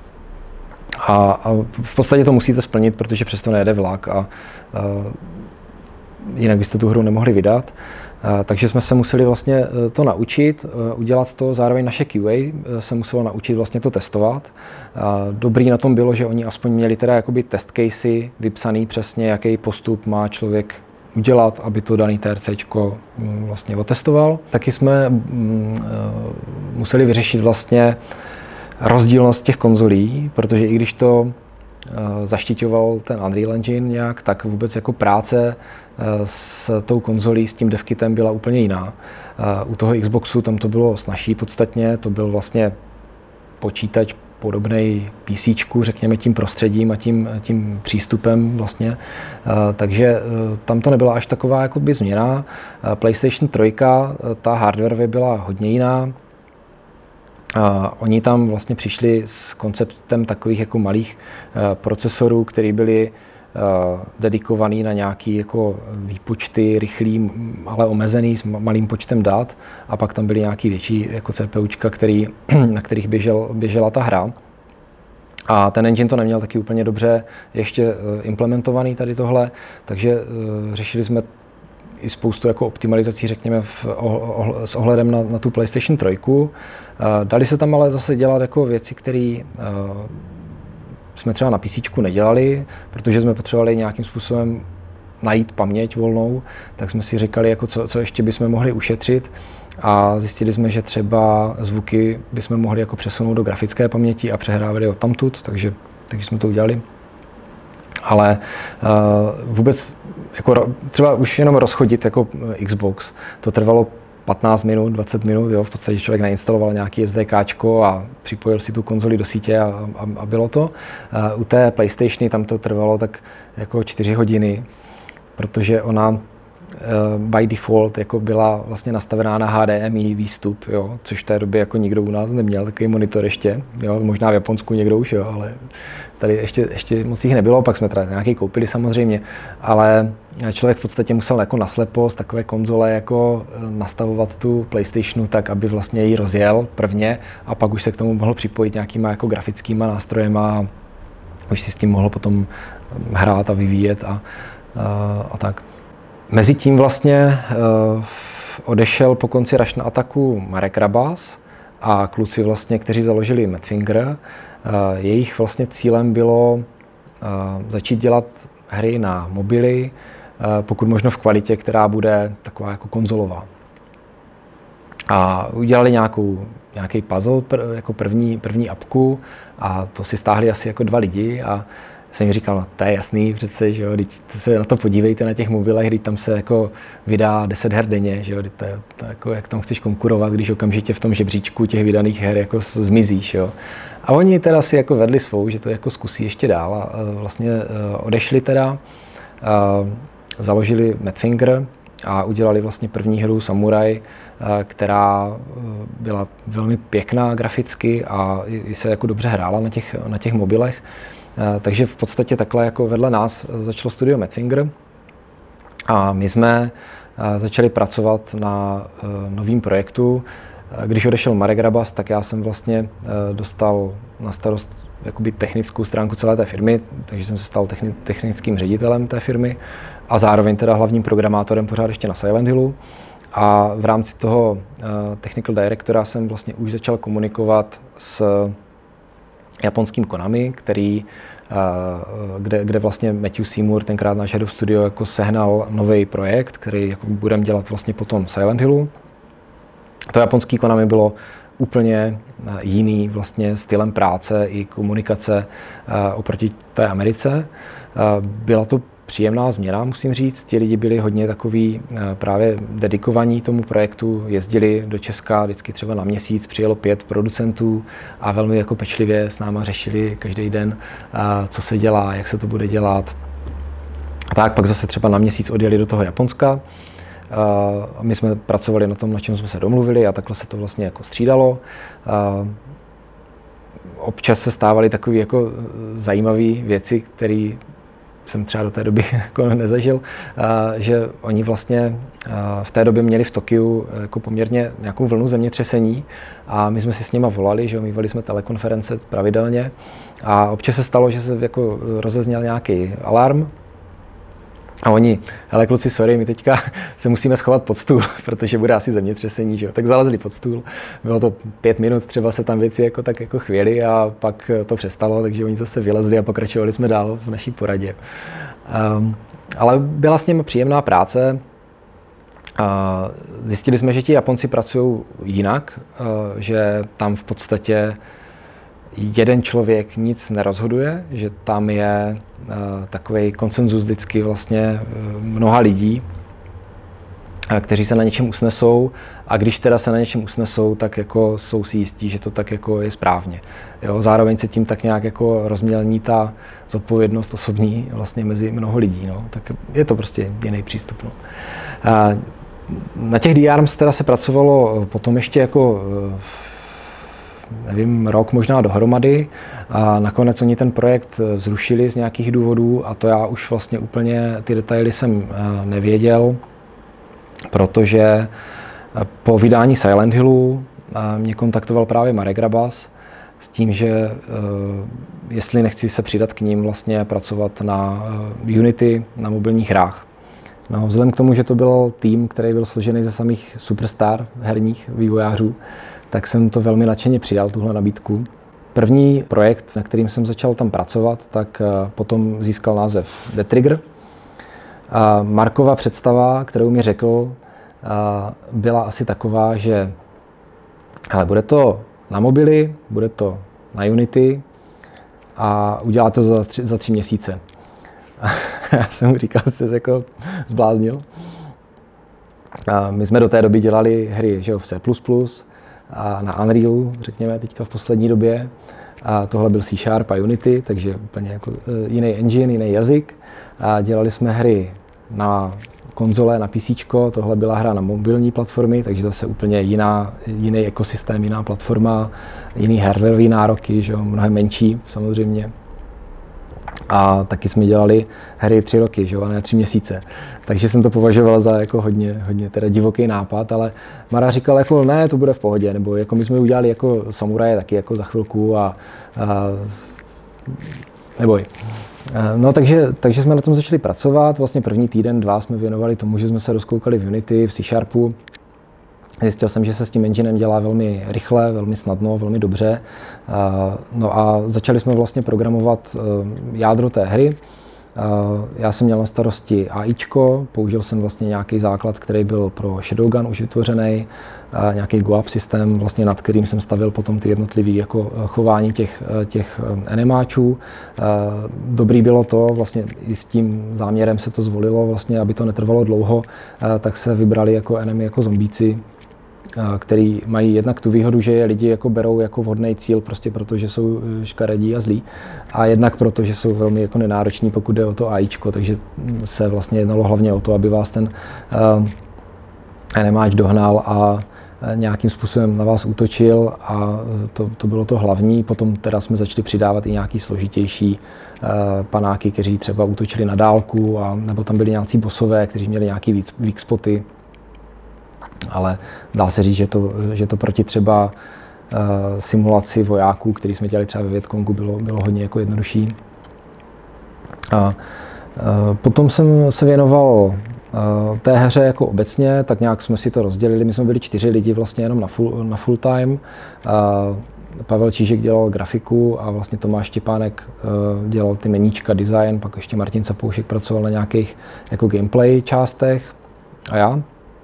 a, a v podstatě to musíte splnit, protože přesto nejede vlak a, a jinak byste tu hru nemohli vydat. Takže jsme se museli vlastně to naučit, udělat to, zároveň naše Q A se muselo naučit vlastně to testovat. Dobrý na tom bylo, že oni aspoň měli teda jakoby test casey vypsaný přesně, jaký postup má člověk udělat, aby to daný TRCčko vlastně otestoval. Taky jsme museli vyřešit vlastně rozdílnost těch konzolí, protože i když to zaštiťoval ten Unreal Engine nějak, tak vůbec jako práce s tou konzolí, s tím devkitem byla úplně jiná. U toho Xboxu tam to bylo snazší podstatně, to byl vlastně počítač podobný PCčku, řekněme tím prostředím a tím, tím přístupem vlastně. Takže tam to nebyla až taková jakoby změna. PlayStation tři, ta hardwareově byla hodně jiná. A oni tam vlastně přišli s konceptem takových jako malých procesorů, které byly dedikovaný na nějaký jako výpočty rychlý, ale omezený s malým počtem dat, a pak tam byly nějaký větší jako CPUčka, který, na kterých běžel, běžela ta hra. A ten engine to neměl taky úplně dobře ještě implementovaný tady tohle, takže řešili jsme i spoustu jako optimalizací, řekněme, v, oh, oh, s ohledem na, na tu PlayStation tři. Dali se tam ale zase dělat jako věci, které jsme třeba na PCčku nedělali, protože jsme potřebovali nějakým způsobem najít paměť volnou, tak jsme si říkali, jako co, co ještě bychom mohli ušetřit, a zjistili jsme, že třeba zvuky bychom mohli jako přesunout do grafické paměti a přehrávali od tamtud, takže, takže jsme to udělali. Ale uh, vůbec jako třeba už jenom rozchodit jako Xbox, to trvalo patnáct minut, dvacet minut, jo, v podstatě člověk nainstaloval nějaký SDKčko a připojil si tu konzoli do sítě a, a, a bylo to. Uh, u té PlayStationy tam to trvalo tak jako čtyři hodiny, protože ona by default jako byla vlastně nastavená na H D M I výstup, jo, což v té době jako nikdo u nás neměl, takový monitor ještě, jo, možná v Japonsku někdo už, jo, ale tady ještě, ještě moc jich nebylo, pak jsme teda nějaký koupili samozřejmě, ale člověk v podstatě musel jako naslepo z takové konzole jako nastavovat tu PlayStationu tak, aby vlastně ji rozjel prvně a pak už se k tomu mohl připojit nějakýma jako grafickýma nástrojema a už si s tím mohl potom hrát a vyvíjet a, a, a tak. Mezitím vlastně uh, odešel po konci Russian Attacku Marek Rabas a kluci vlastně, kteří založili Madfinger. Uh, jejich vlastně cílem bylo uh, začít dělat hry na mobily, uh, pokud možno v kvalitě, která bude taková jako konzolová. A udělali nějakou, nějaký puzzle pr, jako první, první apku a to si stáhli asi jako dva lidi a jsem jim říkal, no to je jasný přece, že jo, teď se na to podívejte na těch mobilech, když tam se jako vydá deset her denně, že jo, to je, to jako, jak tam chceš konkurovat, když okamžitě v tom žebříčku těch vydaných her jako zmizíš, jo. A oni teda si jako vedli svou, že to jako zkusí ještě dál a vlastně odešli teda, založili Madfinger a udělali vlastně první hru Samurai, která byla velmi pěkná graficky a i se jako dobře hrála na těch, na těch mobilech. Takže v podstatě takhle jako vedle nás začalo studio Madfinger a my jsme začali pracovat na novém projektu. Když odešel Marek Rabas, tak já jsem vlastně dostal na starost jakoby technickou stránku celé té firmy, takže jsem se stal technickým ředitelem té firmy a zároveň teda hlavním programátorem pořád ještě na Silent Hillu. A v rámci toho technical directora jsem vlastně už začal komunikovat s japonským Konami, který, kde, kde vlastně Matthew Seymour, tenkrát náš head of studio, jako sehnal nový projekt, který jako budeme dělat vlastně potom Silent Hillu. To japonský Konami bylo úplně jiný vlastně stylem práce i komunikace oproti té Americe. Byla to příjemná změna, musím říct. Ti lidi byli hodně takový právě dedikovaní tomu projektu, jezdili do Česka vždycky třeba na měsíc, přijelo pět producentů a velmi jako pečlivě s náma řešili každý den, co se dělá, jak se to bude dělat. A tak pak zase třeba na měsíc odjeli do toho Japonska. A my jsme pracovali na tom, na čem jsme se domluvili a takhle se to vlastně jako střídalo. A občas se stávaly takové jako zajímavé věci, které jsem třeba do té doby jako nezažil, že oni vlastně v té době měli v Tokiu jako poměrně nějakou vlnu zemětřesení a my jsme si s nima volali, že mívali jsme telekonference pravidelně a občas se stalo, že se jako rozezněl nějaký alarm a oni, hele kluci, sorry, my teďka se musíme schovat pod stůl, protože bude asi zemětřesení, že jo. Tak zalezli pod stůl, bylo to pět minut, třeba se tam věci jako tak jako chvěli a pak to přestalo, takže oni zase vylezli a pokračovali jsme dál v naší poradě. Um, ale byla s nimi příjemná práce. Uh, zjistili jsme, že ti Japonci pracují jinak, uh, že tam v podstatě jeden člověk nic nerozhoduje, že tam je uh, takový konsenzus vždycky vlastně uh, mnoha lidí, uh, kteří se na něčem usnesou a když teda se na něčem usnesou, tak jako jsou si jistí, že to tak jako je správně. Jo, zároveň se tím tak nějak jako rozmělní ta zodpovědnost osobní vlastně mezi mnoho lidí, no. Tak je to prostě jiný přístup. No. Uh, na těch D R Ms teda se pracovalo potom ještě jako uh, nevím, rok možná dohromady a nakonec oni ten projekt zrušili z nějakých důvodů a to já už vlastně úplně ty detaily jsem nevěděl, protože po vydání Silent Hillu mě kontaktoval právě Marek Rabas s tím, že jestli nechci se přidat k ním vlastně pracovat na Unity, na mobilních hrách. No, vzhledem k tomu, že to byl tým, který byl složený ze samých superstar herních vývojářů, tak jsem to velmi nadšeně přijal, tuhle nabídku. První projekt, na kterým jsem začal tam pracovat, tak potom získal název The Trigger. A Markova představa, kterou mi řekl, byla asi taková, že hele, bude to na mobily, bude to na Unity a udělá to za tři, za tři měsíce. A já jsem mu říkal, že jsi se jako zbláznil. A my jsme do té doby dělali hry, že jo, v C plus plus, a na Unrealu, řekněme, teďka v poslední době. A tohle byl C Sharp a Unity, takže úplně jako jiný engine, jiný jazyk. A dělali jsme hry na konzole na PCčko, tohle byla hra na mobilní platformy, takže zase úplně jiná, jiný ekosystém, jiná platforma, jiný hardwareový nároky, že jo, mnohem menší samozřejmě. A taky jsme dělali hry tři roky, že jo, a ne tři měsíce. Takže jsem to považoval za jako hodně, hodně teda divoký nápad, ale Mara říkal jako ne, to bude v pohodě, nebo jako my jsme udělali jako samuraje taky jako za chvilku a, a neboj. No takže, takže jsme na tom začali pracovat, vlastně první týden, dva jsme věnovali tomu, že jsme se rozkoukali v Unity, v C Sharpu. Zjistil jsem, že se s tím enginem dělá velmi rychle, velmi snadno, velmi dobře. No a začali jsme vlastně programovat jádro té hry. Já jsem měl na starosti AIčko, použil jsem vlastně nějaký základ, který byl pro Shadowgun už vytvořený, nějaký GoApp systém, vlastně nad kterým jsem stavil potom ty jednotlivé jako chování těch, těch enemáčů. Dobrý bylo to, vlastně i s tím záměrem se to zvolilo, vlastně, aby to netrvalo dlouho, tak se vybrali jako enemy jako zombíci, který mají jednak tu výhodu, že je lidi jako berou jako vhodný cíl, prostě protože jsou škaredí a zlí, a jednak proto, že jsou velmi jako nenároční, pokud jde o to AIčko, takže se vlastně jednalo hlavně o to, aby vás ten uh, enemáč dohnal a nějakým způsobem na vás útočil, a to, to bylo to hlavní. Potom teda jsme začali přidávat i nějaký složitější uh, panáky, kteří třeba útočili na dálku, a nebo tam byli nějací bossové, kteří měli nějaký weak spoty. Ale dá se říct, že to, že to proti třeba uh, simulaci vojáků, který jsme dělali třeba ve Vietkongu, bylo, bylo hodně jako jednodušší. A, uh, potom jsem se věnoval uh, té hře jako obecně, tak nějak jsme si to rozdělili. My jsme byli čtyři lidi vlastně jenom na full, na full time. Uh, Pavel Čížek dělal grafiku a vlastně Tomáš Štěpánek uh, dělal ty meníčka, design, pak ještě Martin Sapoušek pracoval na nějakých jako gameplay částech a já.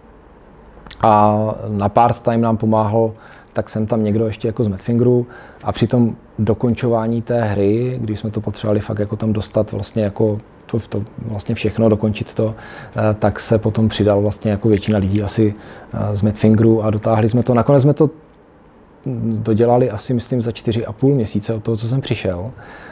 A na part-time nám pomáhal tak jsem tam někdo ještě jako z Madfingeru, a při tom dokončování té hry, když jsme to potřebovali fakt jako tam dostat vlastně jako to, to vlastně všechno, dokončit to, tak se potom přidal vlastně jako většina lidí asi z Madfingeru a dotáhli jsme to. Nakonec jsme to dodělali asi myslím za čtyři a půl měsíce od toho, co jsem přišel,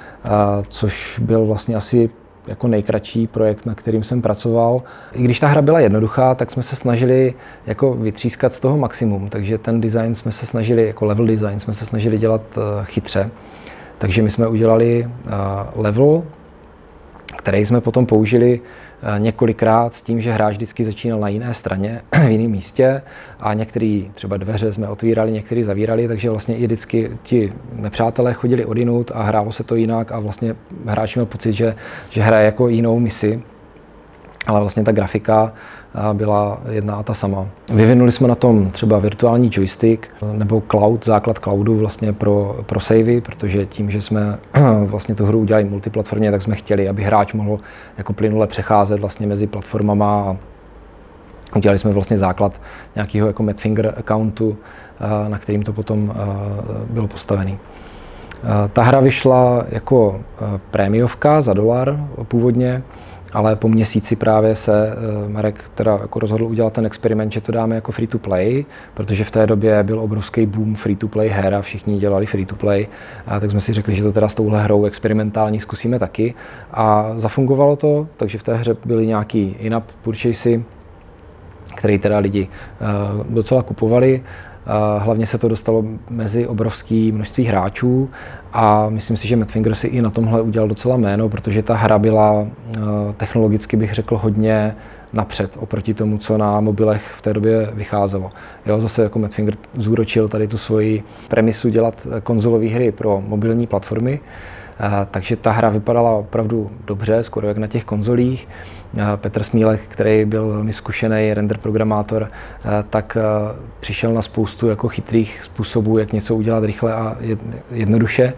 což byl vlastně asi jako nejkratší projekt, na kterým jsem pracoval. I když ta hra byla jednoduchá, tak jsme se snažili jako vytřískat z toho maximum, takže ten design jsme se snažili, jako level design jsme se snažili dělat chytře. Takže my jsme udělali level, který jsme potom použili několikrát s tím, že hráč vždycky začínal na jiné straně, v jiném místě, a některé třeba dveře jsme otvírali, některé zavírali, takže vlastně i vždycky ti nepřátelé chodili odjinud a hrálo se to jinak a vlastně hráč měl pocit, že, že hraje jako jinou misi, ale vlastně ta grafika byla jedna a ta sama. Vyvinuli jsme na tom třeba virtuální joystick nebo cloud, základ cloudu vlastně pro, pro savey, protože tím, že jsme vlastně tu hru udělali multiplatformně, tak jsme chtěli, aby hráč mohl jako plynule přecházet vlastně mezi platformama, a udělali jsme vlastně základ nějakého jako Madfinger accountu, na kterým to potom bylo postavený. Ta hra vyšla jako prémiovka za dolar původně, ale po měsíci právě se Marek teda jako rozhodl udělat ten experiment, že to dáme jako free to play, protože v té době byl obrovský boom free to play her a všichni dělali free to play. A tak jsme si řekli, že to teda s touhle hrou experimentální zkusíme taky. A zafungovalo to, takže v té hře byly nějaký in-app purchasey, které teda lidi docela kupovali. Hlavně se to dostalo mezi obrovské množství hráčů a myslím si, že Madfinger si i na tomhle udělal docela jméno, protože ta hra byla technologicky, bych řekl, hodně napřed oproti tomu, co na mobilech v té době vycházelo. Jo, zase jako Madfinger zúročil tady tu svoji premisu dělat konzolové hry pro mobilní platformy, takže ta hra vypadala opravdu dobře, skoro jak na těch konzolích. Petr Smílek, který byl velmi zkušený render programátor, tak přišel na spoustu jako chytrých způsobů, jak něco udělat rychle a jednoduše.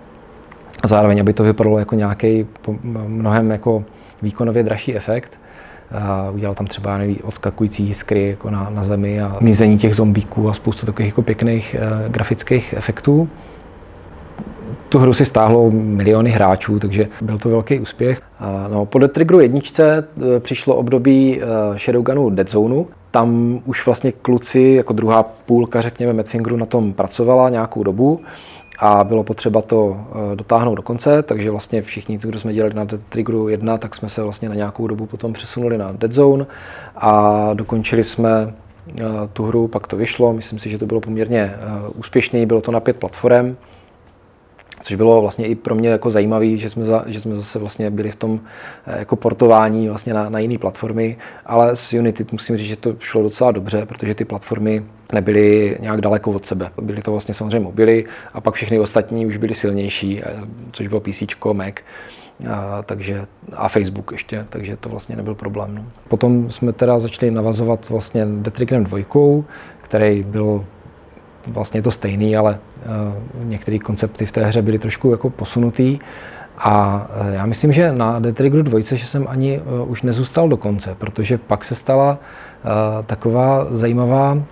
A zároveň, aby to vypadalo jako nějaký mnohem jako výkonově dražší efekt. Udělal tam třeba nevím, odskakující jiskry jako na, na zemi a mizení těch zombíků a spoustu takových jako pěkných uh, grafických efektů. Tu hru si stáhlo miliony hráčů, takže byl to velký úspěch. No, po Dead Triggeru jedničce přišlo období Shadowgunu Dead Zoneu. Tam už vlastně kluci, jako druhá půlka, řekněme, Madfingeru na tom pracovala nějakou dobu a bylo potřeba to dotáhnout do konce, takže vlastně všichni, kdo jsme dělali na Dead Triggeru jedna, tak jsme se vlastně na nějakou dobu potom přesunuli na Dead Zone a dokončili jsme tu hru, pak to vyšlo, myslím si, že to bylo poměrně úspěšný, bylo to na pět platform, což bylo vlastně i pro mě jako zajímavé, že jsme, za, že jsme zase vlastně byli v tom jako portování vlastně na, na jiné platformy, ale s Unity musím říct, že to šlo docela dobře, protože ty platformy nebyly nějak daleko od sebe. Byly to vlastně samozřejmě mobily a pak všechny ostatní už byly silnější, což bylo PCčko, Mac, a, takže, a Facebook ještě, takže to vlastně nebyl problém. No. Potom jsme teda začali navazovat vlastně Dead Triggerem dvojkou, který byl vlastně to stejný, ale uh, některé koncepty v té hře byly trošku jako posunutý. A uh, já myslím, že na Dead Triggeru dva, že jsem ani uh, už nezůstal do konce, protože pak se stala uh, taková zajímavá uh,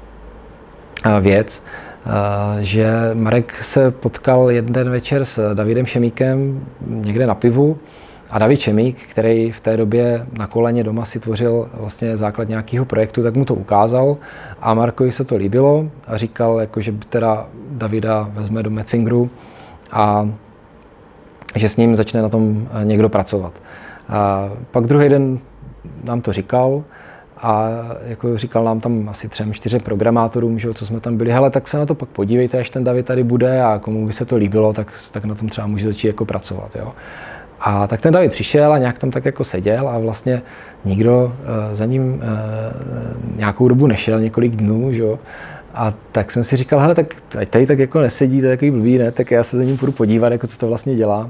věc, uh, že Marek se potkal jeden večer s Davidem Šemíkem někde na pivu. A David Šemík, který v té době na koleně doma si tvořil vlastně základ nějakého projektu, tak mu to ukázal a Markovi se to líbilo a říkal, jako, že teda Davida vezme do Madfingeru a že s ním začne na tom někdo pracovat. A pak druhý den nám to říkal a jako říkal nám tam asi třem, čtyřem programátorům, že, co jsme tam byli, hele, tak se na to pak podívejte, až ten David tady bude a komu by se to líbilo, tak, tak na tom třeba může začít jako pracovat. Jo. A tak ten David přišel a nějak tam tak jako seděl a vlastně nikdo uh, za ním uh, nějakou dobu nešel, několik dnů, že? A tak jsem si říkal, hele, tak ať tady tak jako nesedí, to je takový blbý, ne? Tak já se za ním půjdu podívat, jako co to vlastně dělá.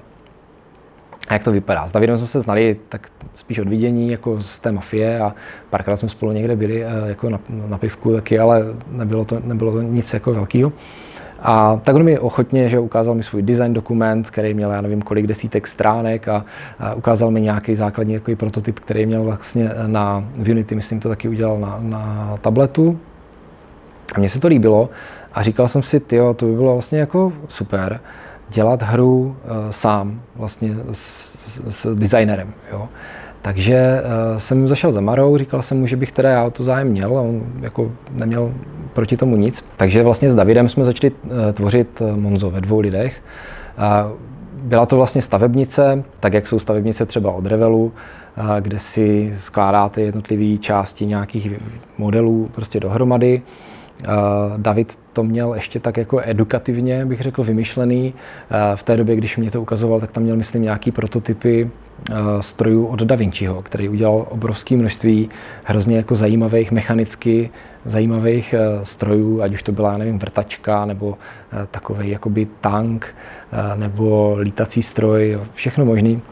A jak to vypadá. S Davidem jsme se znali tak spíš od vidění, jako z té mafie a párkrát jsme spolu někde byli uh, jako na, na pivku taky, ale nebylo to, nebylo to nic jako velkého. A tak on mi ochotně, že ukázal mi svůj design dokument, který měl, já nevím, kolik desítek stránek a, a ukázal mi nějaký základní takový prototyp, který měl vlastně na v Unity, myslím, to taky udělal na, na tabletu. A mně se to líbilo a říkal jsem si, tyjo, to by bylo vlastně jako super dělat hru uh, sám, vlastně s, s, s designerem, jo. Takže uh, jsem zašel za Marou, říkal jsem mu, že bych teda já o to zájem měl a on jako neměl proti tomu nic. Takže vlastně s Davidem jsme začali uh, tvořit uh, Monzo ve dvou lidech. Uh, byla to vlastně stavebnice, tak jak jsou stavebnice třeba od Revelu, uh, kde si skládáte jednotlivé části nějakých modelů prostě dohromady. Uh, David to měl ještě tak jako edukativně, bych řekl, vymyšlený. Uh, v té době, když mě to ukazoval, tak tam měl, myslím, nějaký prototypy uh, strojů od Da Vinciho, který udělal obrovské množství hrozně jako zajímavých, mechanicky zajímavých uh, strojů, ať už to byla, nevím, vrtačka, nebo uh, takovej jakoby tank, uh, nebo lítací stroj, všechno možný.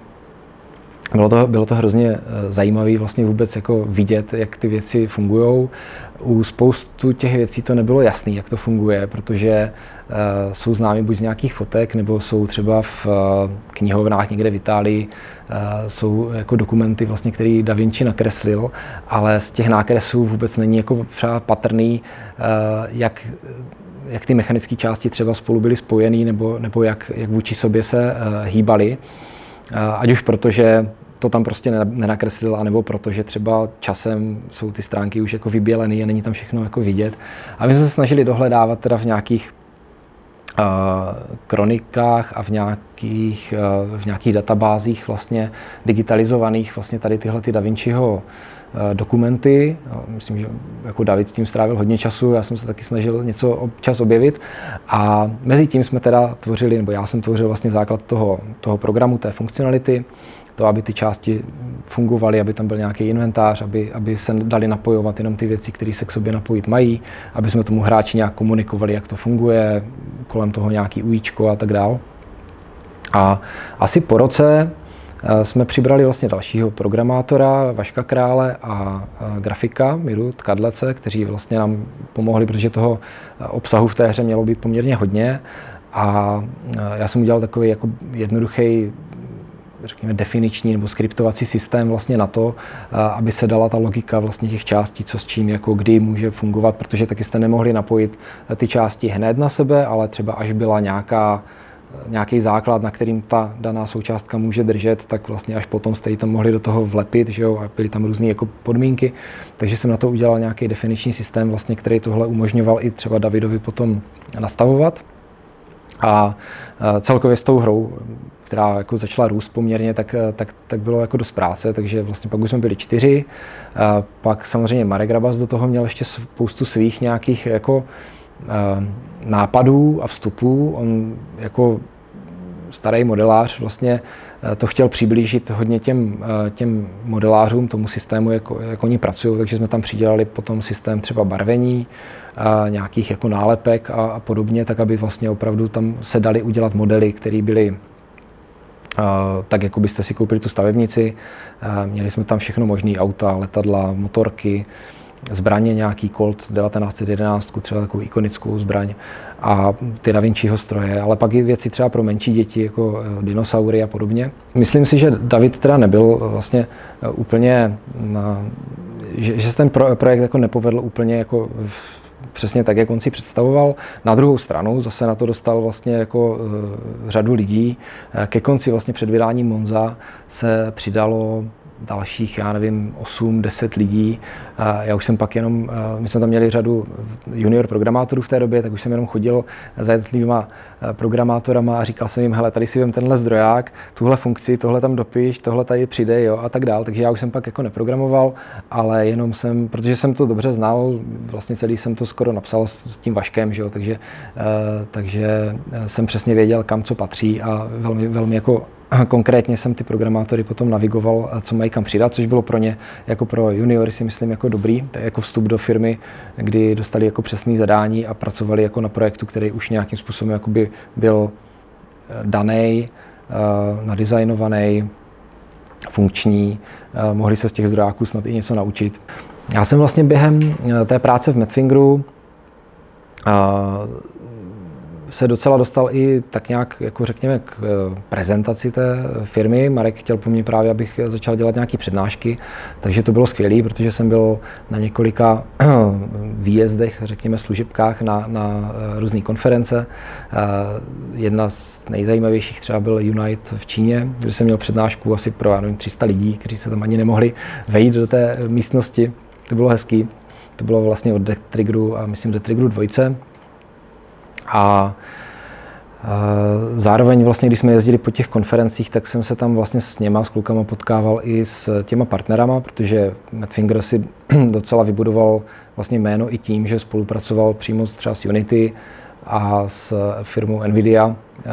Bylo to, bylo to hrozně zajímavé vlastně vůbec jako vidět, jak ty věci fungují. U spoustu těch věcí to nebylo jasné, jak to funguje, protože uh, jsou známy buď z nějakých fotek, nebo jsou třeba v uh, knihovnách někde v Itálii, uh, jsou jako dokumenty, vlastně, které Da Vinci nakreslil, ale z těch nákresů vůbec není jako třeba patrný, uh, jak, jak ty mechanické části třeba spolu byly spojený, nebo, nebo jak, jak vůči sobě se uh, hýbaly. Ať už protože to tam prostě nenakreslil, anebo protože třeba časem jsou ty stránky už jako vybělený a není tam všechno jako vidět. A my jsme se snažili dohledávat teda v nějakých uh, kronikách a v nějakých, uh, v nějakých databázích vlastně digitalizovaných vlastně tady tyhle ty Da Vinciho uh, dokumenty. Myslím, že jako David s tím strávil hodně času, já jsem se taky snažil něco občas objevit a mezi tím jsme teda tvořili, nebo já jsem tvořil vlastně základ toho, toho programu, té funkcionality, to, aby ty části fungovaly, aby tam byl nějaký inventář, aby, aby se dali napojovat jenom ty věci, které se k sobě napojit mají, aby jsme tomu hráči nějak komunikovali, jak to funguje, kolem toho nějaký ujíčko a tak dál. A asi po roce jsme přibrali vlastně dalšího programátora, Vaška Krále a grafika Miru Tkadlece, kteří vlastně nám pomohli, protože toho obsahu v té hře mělo být poměrně hodně. A já jsem udělal takový jako jednoduchý, řekněme, definiční nebo skriptovací systém vlastně na to, aby se dala ta logika vlastně těch částí, co s čím, jako kdy může fungovat, protože taky jste nemohli napojit ty části hned na sebe, ale třeba až byla nějaká nějaký základ, na kterým ta daná součástka může držet, tak vlastně až potom jste ji tam mohli do toho vlepit, že jo, a byly tam různé jako podmínky. Takže jsem na to udělal nějaký definiční systém, vlastně, který tohle umožňoval i třeba Davidovi potom nastavovat. A celkově s tou hrou, která jako začala růst poměrně, tak, tak, tak bylo jako dost práce, takže vlastně pak už jsme byli čtyři. A pak samozřejmě Marek Rabas do toho měl ještě spoustu svých nějakých jako nápadů a vstupů. On jako starý modelář vlastně to chtěl přiblížit hodně těm, těm modelářům, tomu systému, jak, jak oni pracují, takže jsme tam přidělali potom systém třeba barvení, a nějakých jako nálepek a, a podobně, tak aby vlastně opravdu tam se dali udělat modely, které byly a, tak, jako byste si koupili tu stavebnici. A měli jsme tam všechno možné, auta, letadla, motorky, zbraně, nějaký Colt devatenáct set jedenáct, třeba takovou ikonickou zbraň a ty Da Vinciho stroje, ale pak i věci třeba pro menší děti, jako dinosaury a podobně. Myslím si, že David teda nebyl vlastně úplně, na, že, že se ten pro, projekt jako nepovedl úplně jako přesně tak, jak on si představoval. Na druhou stranu zase na to dostal vlastně jako uh, řadu lidí. Ke konci vlastně před vydáním Monza se přidalo dalších, já nevím, osm deset lidí. Já už jsem pak jenom, my jsme tam měli řadu junior programátorů v té době, tak už jsem jenom chodil za jednotlivýma programátorama a říkal jsem jim, hele, tady si vem tenhle zdroják, tuhle funkci, tohle tam dopiš, tohle tady přidej, jo, a tak dál. Takže já už jsem pak jako neprogramoval, ale jenom jsem, protože jsem to dobře znal, vlastně celý jsem to skoro napsal s tím Vaškem, že jo, takže, takže jsem přesně věděl, kam co patří a velmi, velmi jako konkrétně jsem ty programátory potom navigoval, co mají kam přidat, což bylo pro ně, jako pro juniory si myslím jako dobrý, jako vstup do firmy, kdy dostali jako přesné zadání a pracovali jako na projektu, který už nějakým způsobem jakoby byl daný, nadizajnovaný, funkční, mohli se z těch zdrojáků snad i něco naučit. Já jsem vlastně během té práce v Madfingeru se docela dostal i tak nějak, jako řekněme, k prezentaci té firmy. Marek chtěl po mně právě, abych začal dělat nějaké přednášky, takže to bylo skvělé, protože jsem byl na několika výjezdech, řekněme, služebkách na, na různé konference. Jedna z nejzajímavějších třeba byl Unite v Číně, kde jsem měl přednášku asi pro, já nevím, tři sta lidí, kteří se tam ani nemohli vejít do té místnosti. To bylo hezký. To bylo vlastně od Death Triggeru a myslím Death Triggeru dvojce. A, a zároveň vlastně, když jsme jezdili po těch konferencích, tak jsem se tam vlastně s něma, s klukama potkával i s těma partnerama, protože Madfinger si docela vybudoval vlastně jméno i tím, že spolupracoval přímo třeba s Unity a s firmou Nvidia,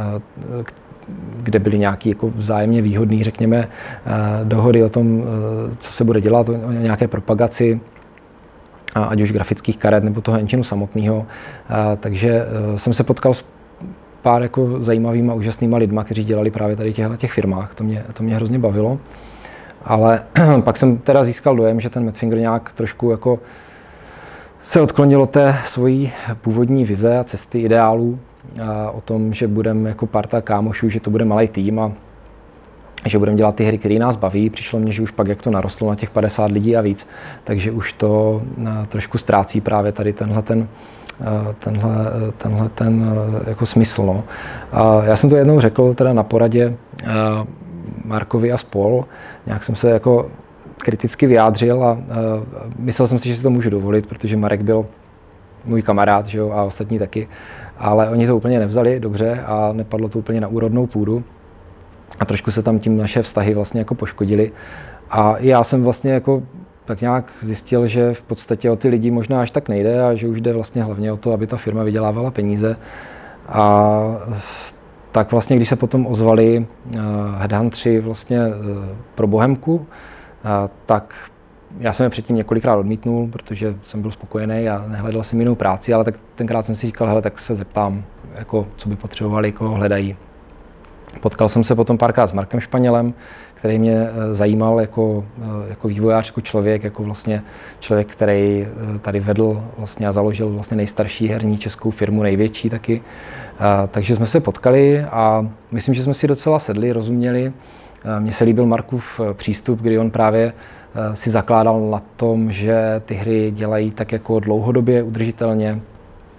kde byly nějaké jako vzájemně výhodné, řekněme, dohody o tom, co se bude dělat, o nějaké propagaci, ať už grafických karet nebo toho engineu samotného. Takže jsem se potkal s pár jako zajímavýma, úžasnýma lidma, kteří dělali právě tady těchto těch firmách. To mě, to mě hrozně bavilo. Ale pak jsem teda získal dojem, že ten Madfinger nějak trošku jako se odklonil od té svojí původní vize a cesty ideálů a o tom, že budeme jako parta kámošů, že to bude malý tým a že budeme dělat ty hry, které nás baví. Přišlo mně, že už pak jak to narostlo na těch padesát lidí a víc, takže už to trošku ztrácí právě tady tenhle ten, tenhle, tenhle ten jako smysl. No. A já jsem to jednou řekl teda na poradě Markovi a spol. Nějak jsem se jako kriticky vyjádřil a myslel jsem si, že si to můžu dovolit, protože Marek byl můj kamarád, že jo, a ostatní taky. Ale oni to úplně nevzali dobře a nepadlo to úplně na úrodnou půdu. A trošku se tam tím naše vztahy vlastně jako poškodily. A já jsem vlastně jako tak nějak zjistil, že v podstatě o ty lidi možná až tak nejde a že už jde vlastně hlavně o to, aby ta firma vydělávala peníze. A tak vlastně, když se potom ozvali headhuntři vlastně pro Bohemku, tak já jsem je předtím několikrát odmítnul, protože jsem byl spokojený a nehledal jsem jinou práci, ale tak tenkrát jsem si říkal, hele, tak se zeptám, jako, co by potřebovali, koho hledají. Potkal jsem se potom párkrát s Markem Španělem, který mě zajímal jako, jako vývojář, jako člověk, jako vlastně člověk, který tady vedl vlastně a založil vlastně nejstarší herní českou firmu, největší taky. Takže jsme se potkali a myslím, že jsme si docela sedli, rozuměli. Mně se líbil Markův přístup, kdy on právě si zakládal na tom, že ty hry dělají tak jako dlouhodobě, udržitelně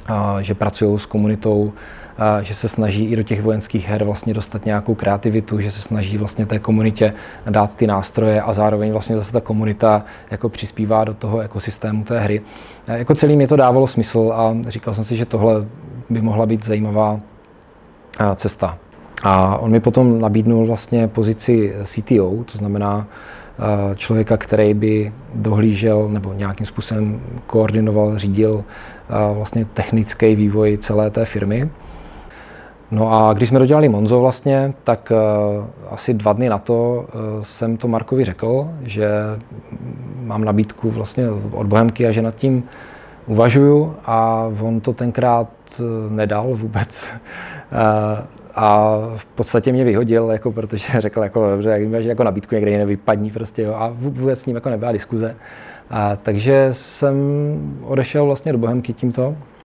že pracují s komunitou, že se snaží i do těch vojenských her vlastně dostat nějakou kreativitu, že se snaží vlastně té komunitě dát ty nástroje a zároveň vlastně zase ta komunita jako přispívá do toho ekosystému té hry. Jako celý mi to dávalo smysl a říkal jsem si, že tohle by mohla být zajímavá cesta. A on mi potom nabídnul vlastně pozici C T O, to znamená člověka, který by dohlížel nebo nějakým způsobem koordinoval, řídil vlastně technický vývoj celé té firmy. No a když jsme dodělali Monzo vlastně, tak asi dva dny na to jsem to Markovi řekl, že mám nabídku vlastně od Bohemky a že nad tím uvažuju a on to tenkrát nedal vůbec. A v podstatě mě vyhodil, jako, protože řekl, jako, dobře, jak máš jako nabídku někde jiné, vypadní prostě, jo, a vůbec s ním jako nebyla diskuze. A, takže jsem odešel vlastně do Bohemky tímto.